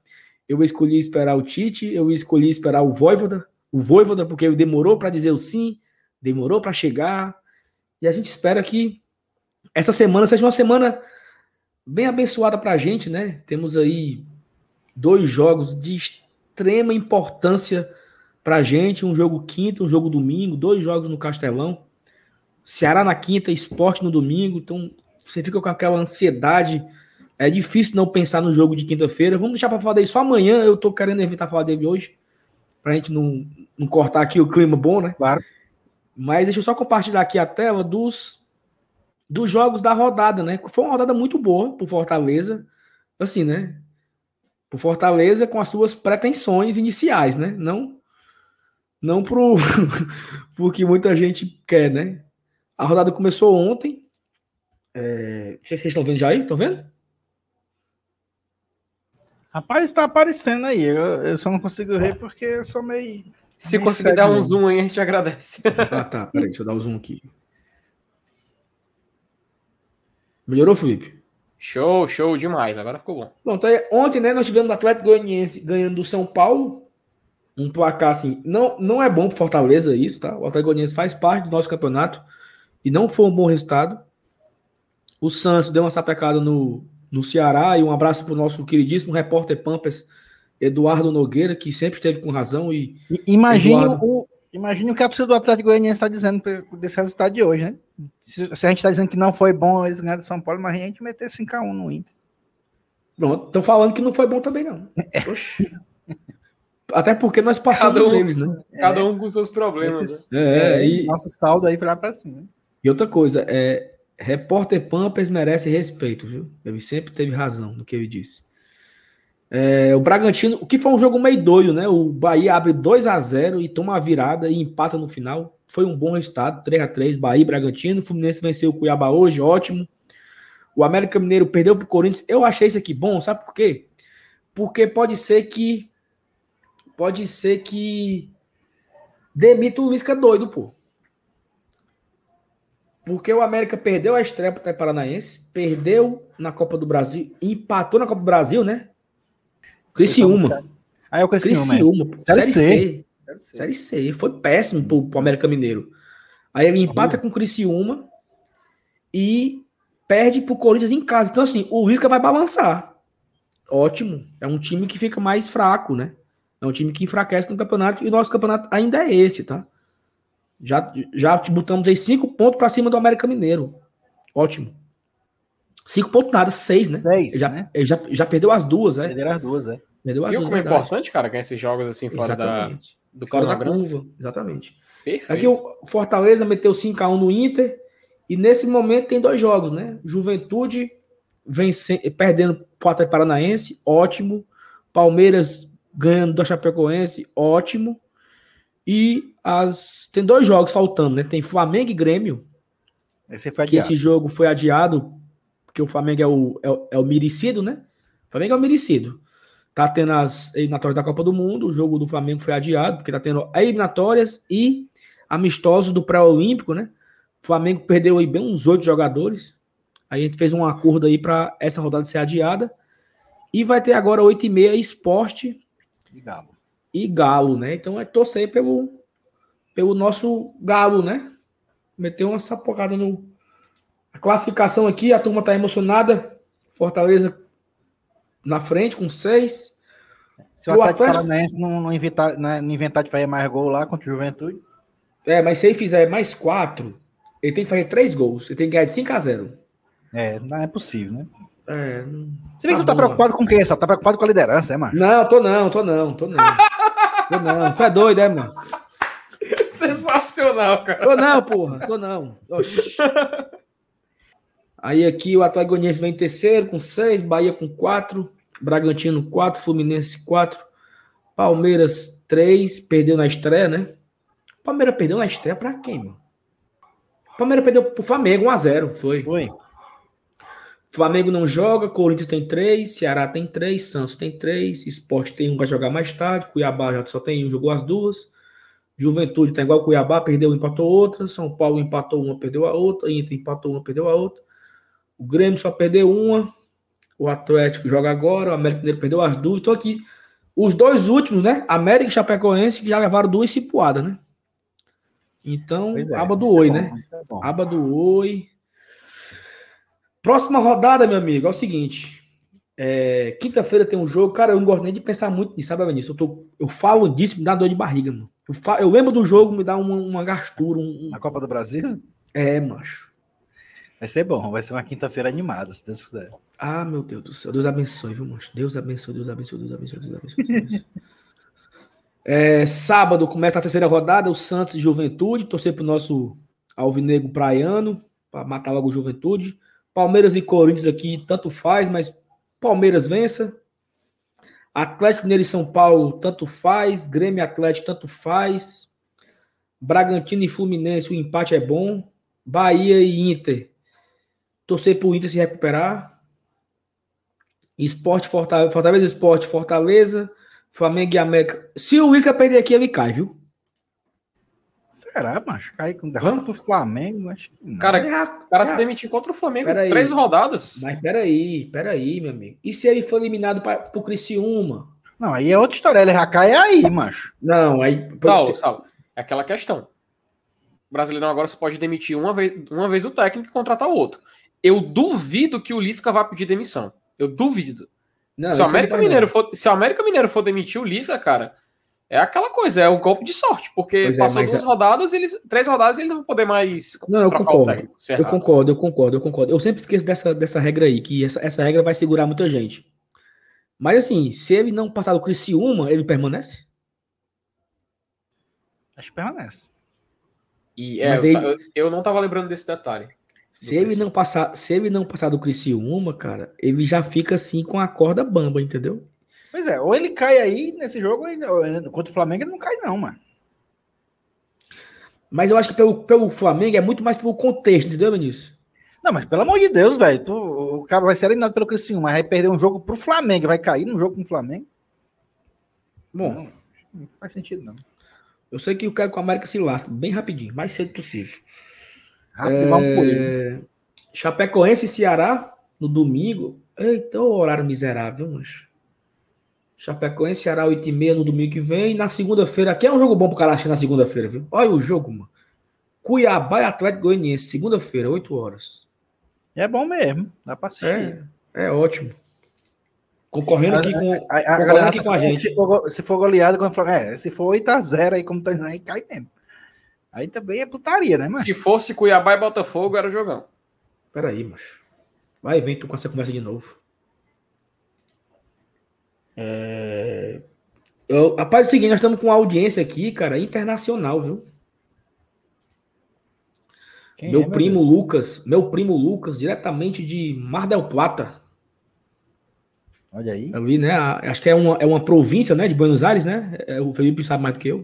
o Tite, eu escolhi esperar o Vojvoda, porque ele demorou para dizer o sim, demorou para chegar, e a gente espera que essa semana seja uma semana bem abençoada para a gente, né? Temos aí 2 jogos de extrema importância para a gente, um jogo quinta, um jogo domingo, 2 jogos no Castelão, Ceará na quinta, Sport no domingo, então você fica com aquela ansiedade, é difícil não pensar no jogo de quinta-feira. Vamos deixar para falar dele só amanhã, eu tô querendo evitar falar dele hoje, pra gente não cortar aqui o clima bom, né? Claro. Mas deixa eu só compartilhar aqui a tela dos jogos da rodada, né? Foi uma rodada muito boa pro Fortaleza, assim, né? Pro Fortaleza com as suas pretensões iniciais, né? Não pro que muita gente quer, né? A rodada começou ontem. Não sei se vocês estão vendo já aí, estão vendo? Rapaz, está aparecendo aí. Eu só não consigo ver porque eu sou meio... Se conseguir dar um zoom aí, a gente agradece. Ah, tá. Peraí, deixa eu dar o zoom aqui. Melhorou, Felipe? Show demais. Agora ficou bom. Pronto, aí, ontem, né, nós tivemos o Atlético Goianiense ganhando do São Paulo. Um placar, assim, não é bom pro Fortaleza isso, tá? O Atlético Goianiense faz parte do nosso campeonato e não foi um bom resultado. O Santos deu uma sapecada no Ceará, e um abraço pro nosso queridíssimo repórter Pampers, Eduardo Nogueira, que sempre esteve com razão. Imagine o que a torcida do Atlético Goianiense está dizendo desse resultado de hoje, né? Se a gente está dizendo que não foi bom eles ganharem de São Paulo, mas a gente meter 5-1 no Inter. Pronto, estão falando que não foi bom também, não. Oxi. Até porque nós passamos eles, né? Cada um com seus problemas. E nosso saldo aí foi lá para cima. E outra coisa, repórter Pampers merece respeito, viu? Ele sempre teve razão no que ele disse. O Bragantino, o que foi um jogo meio doido, né? O Bahia abre 2-0 e toma a virada e empata no final. Foi um bom resultado, 3-3, Bahia e Bragantino. O Fluminense venceu o Cuiabá hoje, ótimo. O América Mineiro perdeu pro Corinthians. Eu achei isso aqui bom, sabe por quê? Porque pode ser que demita o Lisca doido, pô. Porque o América perdeu a estreia pro Paranaense, perdeu na Copa do Brasil, empatou na Copa do Brasil, né? Criciúma. Aí o Criciúma. Série C. Foi péssimo pro América Mineiro. Aí ele empata com o Criciúma e perde pro Corinthians em casa. Então, assim, o Lisca vai balançar. Ótimo. É um time que fica mais fraco, né? É um time que enfraquece no campeonato, e o nosso campeonato ainda é esse, tá? Já botamos aí 5 pontos para cima do América Mineiro. Ótimo. 5 pontos nada, 6, né? 6, né? Ele já perdeu as duas, né? Perderam as duas, é. Perdeu as Viu duas, como é verdade. importante, cara, ganhar esses jogos assim fora do fora da cronograma? curva. Exatamente. Perfeito. Aqui o Fortaleza meteu 5-1 no Inter, e nesse momento tem 2 jogos, né? Juventude perdendo pro Atlético Paranaense, ótimo. Palmeiras ganhando do Chapecoense, ótimo. E tem 2 jogos faltando, né? Tem Flamengo e Grêmio. Esse jogo foi adiado, porque o Flamengo é o merecido, né? O Flamengo é o merecido. Tá tendo as eliminatórias da Copa do Mundo, o jogo do Flamengo foi adiado, porque tá tendo eliminatórias e amistosos do pré-olímpico, né? O Flamengo perdeu aí bem uns 8 jogadores. Aí a gente fez um acordo aí para essa rodada ser adiada. E vai ter agora 8h30 Sport e Galo, né? Então é torcer pelo nosso Galo, né? Meteu uma sapocada a classificação aqui, a turma tá emocionada. Fortaleza na frente com 6. Se o Atlético Paranaense não inventar de fazer mais gol lá contra o Juventude. Mas se ele fizer mais 4, ele tem que fazer 3 gols. Ele tem que ganhar de 5-0. Não é possível, né? Você vê que tu tá preocupado com quem? Só tá preocupado com a liderança, macho? Não, tô não. Tu é doido, mano? Sensacional, cara. Tô não. Oxi. Aí aqui o Atlético Goianiense vem em terceiro com 6, Bahia com 4, Bragantino 4, Fluminense 4, Palmeiras 3, perdeu na estreia, né? Palmeiras perdeu na estreia pra quem, mano? Palmeiras perdeu pro Flamengo 1-0, foi. Flamengo não joga, Corinthians tem 3, Ceará tem 3, Santos tem 3, Sport tem 1, vai jogar mais tarde, Cuiabá já só tem 1, jogou as duas, Juventude tá igual Cuiabá, perdeu, empatou outra, São Paulo empatou uma, perdeu a outra, Inter empatou uma, perdeu a outra, o Grêmio só perdeu uma, o Atlético joga agora, o América Mineiro perdeu as duas, então aqui, os 2 últimos, né, América e Chapecoense, que já levaram 2 cipuadas, né? Então, Pois é, aba do isso é Oi, bom, né? isso é bom. Aba do Oi. Próxima rodada, meu amigo, é o seguinte. Quinta-feira tem um jogo. Cara, eu não gosto nem de pensar muito nisso, sabe, Vinícius? Eu falo disso, me dá dor de barriga, mano. Eu lembro do jogo, me dá uma gastura. Na Copa do Brasil? Macho. Vai ser bom, vai ser uma quinta-feira animada, se Deus quiser. Ah, meu Deus do céu. Deus abençoe, viu, macho? Deus abençoe, Deus abençoe, Deus abençoe, Deus abençoe. Deus abençoe. Sábado começa a terceira rodada, o Santos e Juventude. Torcer pro nosso alvinegro praiano, para matar logo o Juventude. Palmeiras e Corinthians aqui, tanto faz, mas Palmeiras vença. Atlético Mineiro e São Paulo, tanto faz. Grêmio e Atlético, tanto faz. Bragantino e Fluminense, o empate é bom. Bahia e Inter. Torcer pro Inter se recuperar. Esporte, Fortaleza Esporte, Fortaleza. Flamengo e América. Se o Lisca perder aqui, ele cai, viu? Será, macho? Cair com derrota pro Flamengo? Acho que não. Cara se demitiu contra o Flamengo em 3 rodadas. Mas peraí, meu amigo. E se ele for eliminado pro Criciúma? Não, aí é outra história. Ele já cai aí, macho. Não, aí... Saulo, é aquela questão. O Brasileirão agora só pode demitir uma vez o técnico e contratar o outro. Eu duvido que o Lisca vá pedir demissão. Eu duvido. Não, se o América Mineiro for demitir o Lisca, cara, é aquela coisa, é um golpe de sorte, porque passou 3 rodadas, eles não vão poder mais trocar o técnico. Eu concordo. Eu sempre esqueço dessa regra aí, que essa regra vai segurar muita gente. Mas assim, se ele não passar do Criciúma, ele permanece? Acho que permanece. Eu não tava lembrando desse detalhe. Se ele não passar do Criciúma, cara, ele já fica assim com a corda bamba, entendeu? Pois é, ou ele cai aí nesse jogo, contra o Flamengo ele não cai não, mano. Mas eu acho que pelo Flamengo é muito mais pelo contexto, entendeu, Vinícius? Não, mas pelo amor de Deus, velho, o cara vai ser eliminado pelo Criciúma, mas vai perder um jogo pro Flamengo, vai cair num jogo com o Flamengo? Bom, não faz sentido não. Eu sei que eu quero que o América se lasque bem rapidinho, mais cedo possível. Chapecoense e Ceará no domingo. Eita, o horário miserável, mas Chapecoense e Ceará 8h30 no domingo que vem. E na segunda-feira, aqui é um jogo bom pro cara achar na segunda-feira, viu? Olha o jogo, mano. Cuiabá e Atlético Goianiense, segunda-feira, 8 horas. É bom mesmo, dá pra assistir. É ótimo. Concorrendo aqui com a gente. Se for goleado, se for 8-0 aí, como tá aí, cai mesmo. Aí também é putaria, né, mano? Se fosse Cuiabá e Botafogo, era o jogão. Peraí, macho. Vai, vem tu com essa conversa de novo. Rapaz, é o seguinte, nós estamos com uma audiência aqui, cara, internacional, viu? Meu primo Lucas, diretamente de Mar del Plata. Olha aí. Ali, né? Acho que é uma província, né, de Buenos Aires, né? O Felipe sabe mais do que eu.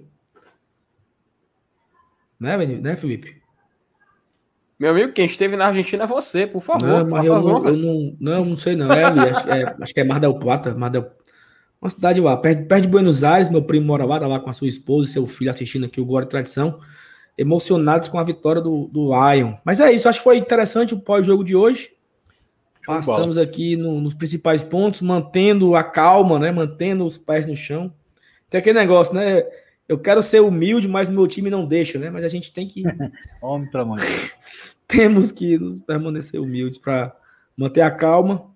Né, Felipe? Meu amigo, quem esteve na Argentina é você, por favor, faça as honras. Eu não sei não, acho que é Mar del Plata, uma cidade lá, perto de Buenos Aires. Meu primo mora lá, tá lá com a sua esposa e seu filho assistindo aqui o Glória e Tradição, emocionados com a vitória do Lion. Mas é isso, acho que foi interessante o pós-jogo de hoje. Passamos aqui nos principais pontos, mantendo a calma, né? Mantendo os pés no chão. Tem aquele negócio, né? Eu quero ser humilde, mas o meu time não deixa, né? Mas a gente tem que... Homem pra mãe. Temos que nos permanecer humildes para manter a calma.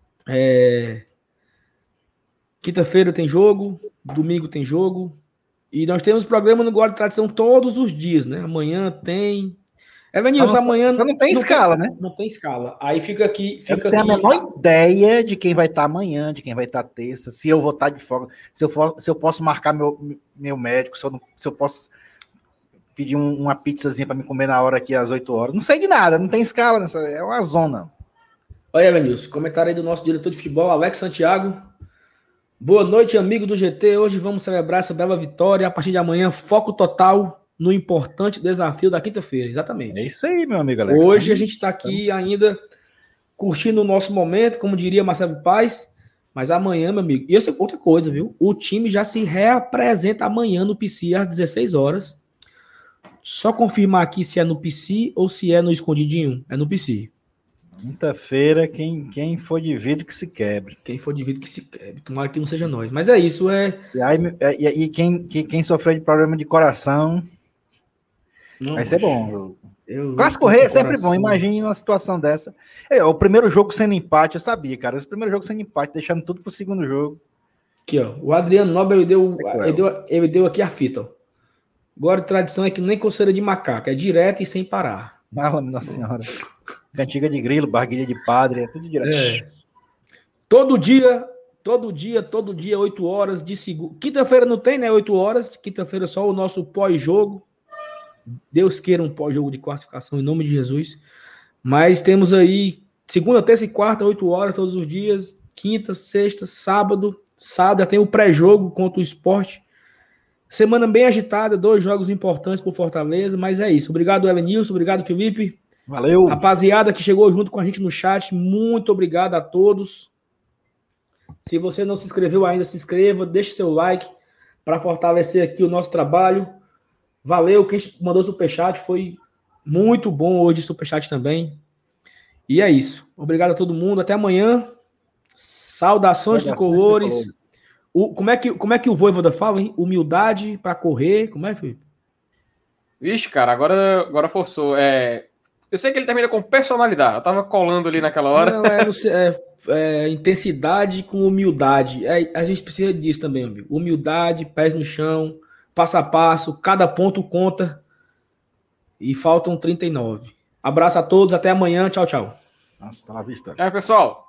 Quinta-feira tem jogo, domingo tem jogo. E nós temos programa no Glória de Tradição todos os dias, né? Amanhã tem... Evanilson, amanhã... Não tem escala, né? Não tem escala. Aí fica aqui... Eu tenho a menor ideia de quem vai estar amanhã, de quem vai estar terça, se eu vou estar de folga, se eu posso marcar meu médico, se eu posso pedir uma pizzazinha para me comer na hora aqui às 8 horas. Não sei de nada, não tem escala, é uma zona. Olha, Evanilson, comentário aí do nosso diretor de futebol, Alex Santiago. Boa noite, amigo do GT. Hoje vamos celebrar essa bela vitória. A partir de amanhã, foco total no importante desafio da quinta-feira, exatamente. É isso aí, meu amigo Alex. Hoje a gente está aqui ainda curtindo o nosso momento, como diria Marcelo Paes, mas amanhã, meu amigo, e essa é outra coisa, viu? O time já se reapresenta amanhã no PC às 16 horas. Só confirmar aqui se é no PC ou se é no escondidinho. É no PC. Quinta-feira, quem for de vidro que se quebre. Quem for de vidro que se quebre. Tomara que não seja nós. Mas é isso, E quem sofreu de problema de coração... Vai ser bom. Clássico Rei é sempre bom, imagine uma situação dessa. O primeiro jogo sendo empate, eu sabia, cara. O primeiro jogo sendo empate, deixando tudo pro segundo jogo. Aqui, ó. O Adriano Nobre, ele deu aqui a fita, ó. Agora a tradição é que nem coceira de macaco, é direto e sem parar. Nossa senhora. Cantiga de grilo, barguilha de padre, é tudo direto. Todo dia, 8 horas de segunda. Quinta-feira não tem, né? 8 horas. Quinta-feira só o nosso pós-jogo. Deus queira um pós-jogo de classificação em nome de Jesus. Mas temos aí segunda, terça e quarta, 8 horas todos os dias. Quinta, sexta, sábado. Sábado tem o pré-jogo contra o Sport. Semana bem agitada, 2 jogos importantes por Fortaleza, mas é isso. Obrigado, Elenilson. Obrigado, Felipe. Valeu. Rapaziada que chegou junto com a gente no chat, muito obrigado a todos. Se você não se inscreveu ainda, se inscreva, deixe seu like para fortalecer aqui o nosso trabalho. Valeu, quem mandou superchat, foi muito bom hoje superchat também. E é isso. Obrigado a todo mundo, até amanhã. Saudações tricolores. Como é que o Voivoda fala, hein? Humildade para correr, como é, Felipe? Vixe, cara, agora forçou. Eu sei que ele termina com personalidade, eu tava colando ali naquela hora. Não, intensidade com humildade. A gente precisa disso também, amigo. Humildade, pés no chão, passo a passo, cada ponto conta. E faltam 39. Abraço a todos, até amanhã, tchau, tchau. Nossa, tá na vista. Pessoal.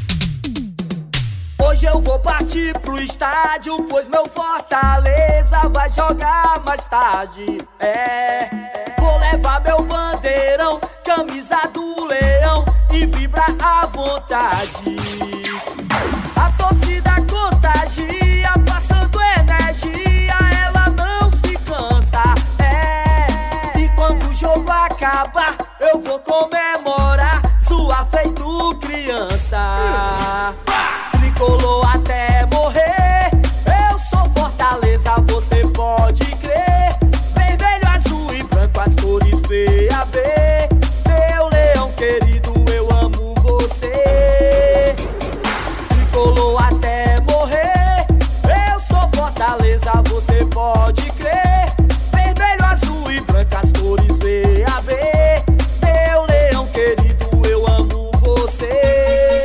Hoje eu vou partir pro estádio, pois meu Fortaleza vai jogar mais tarde. Vou levar meu bandeirão, camisa do Leão e vibrar à vontade. A torcida contagia, passando energia, ela não se cansa. E quando o jogo acabar, eu vou comemorar, zoar feito criança. Tricolor até morrer, eu sou Fortaleza, você pode crer. Vermelho, azul e branco, as cores VAB. Meu leão querido, eu amo você. Tricolor até morrer, eu sou Fortaleza, você pode crer. Vermelho, azul e branco, as cores VAB. Meu leão querido, eu amo você.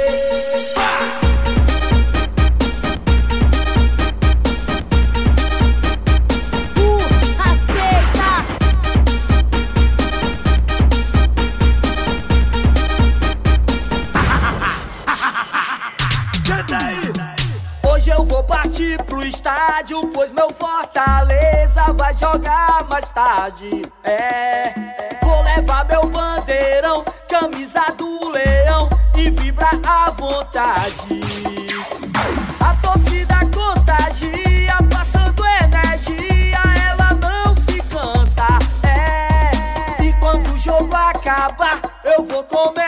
Hoje eu vou partir pro estádio, pois meu Fortaleza vai jogar mais tarde. Vou levar meu bandeirão, camisa do Leão e vibrar à vontade. A torcida contagia, passando energia, ela não se cansa. E quando o jogo acabar, eu vou comer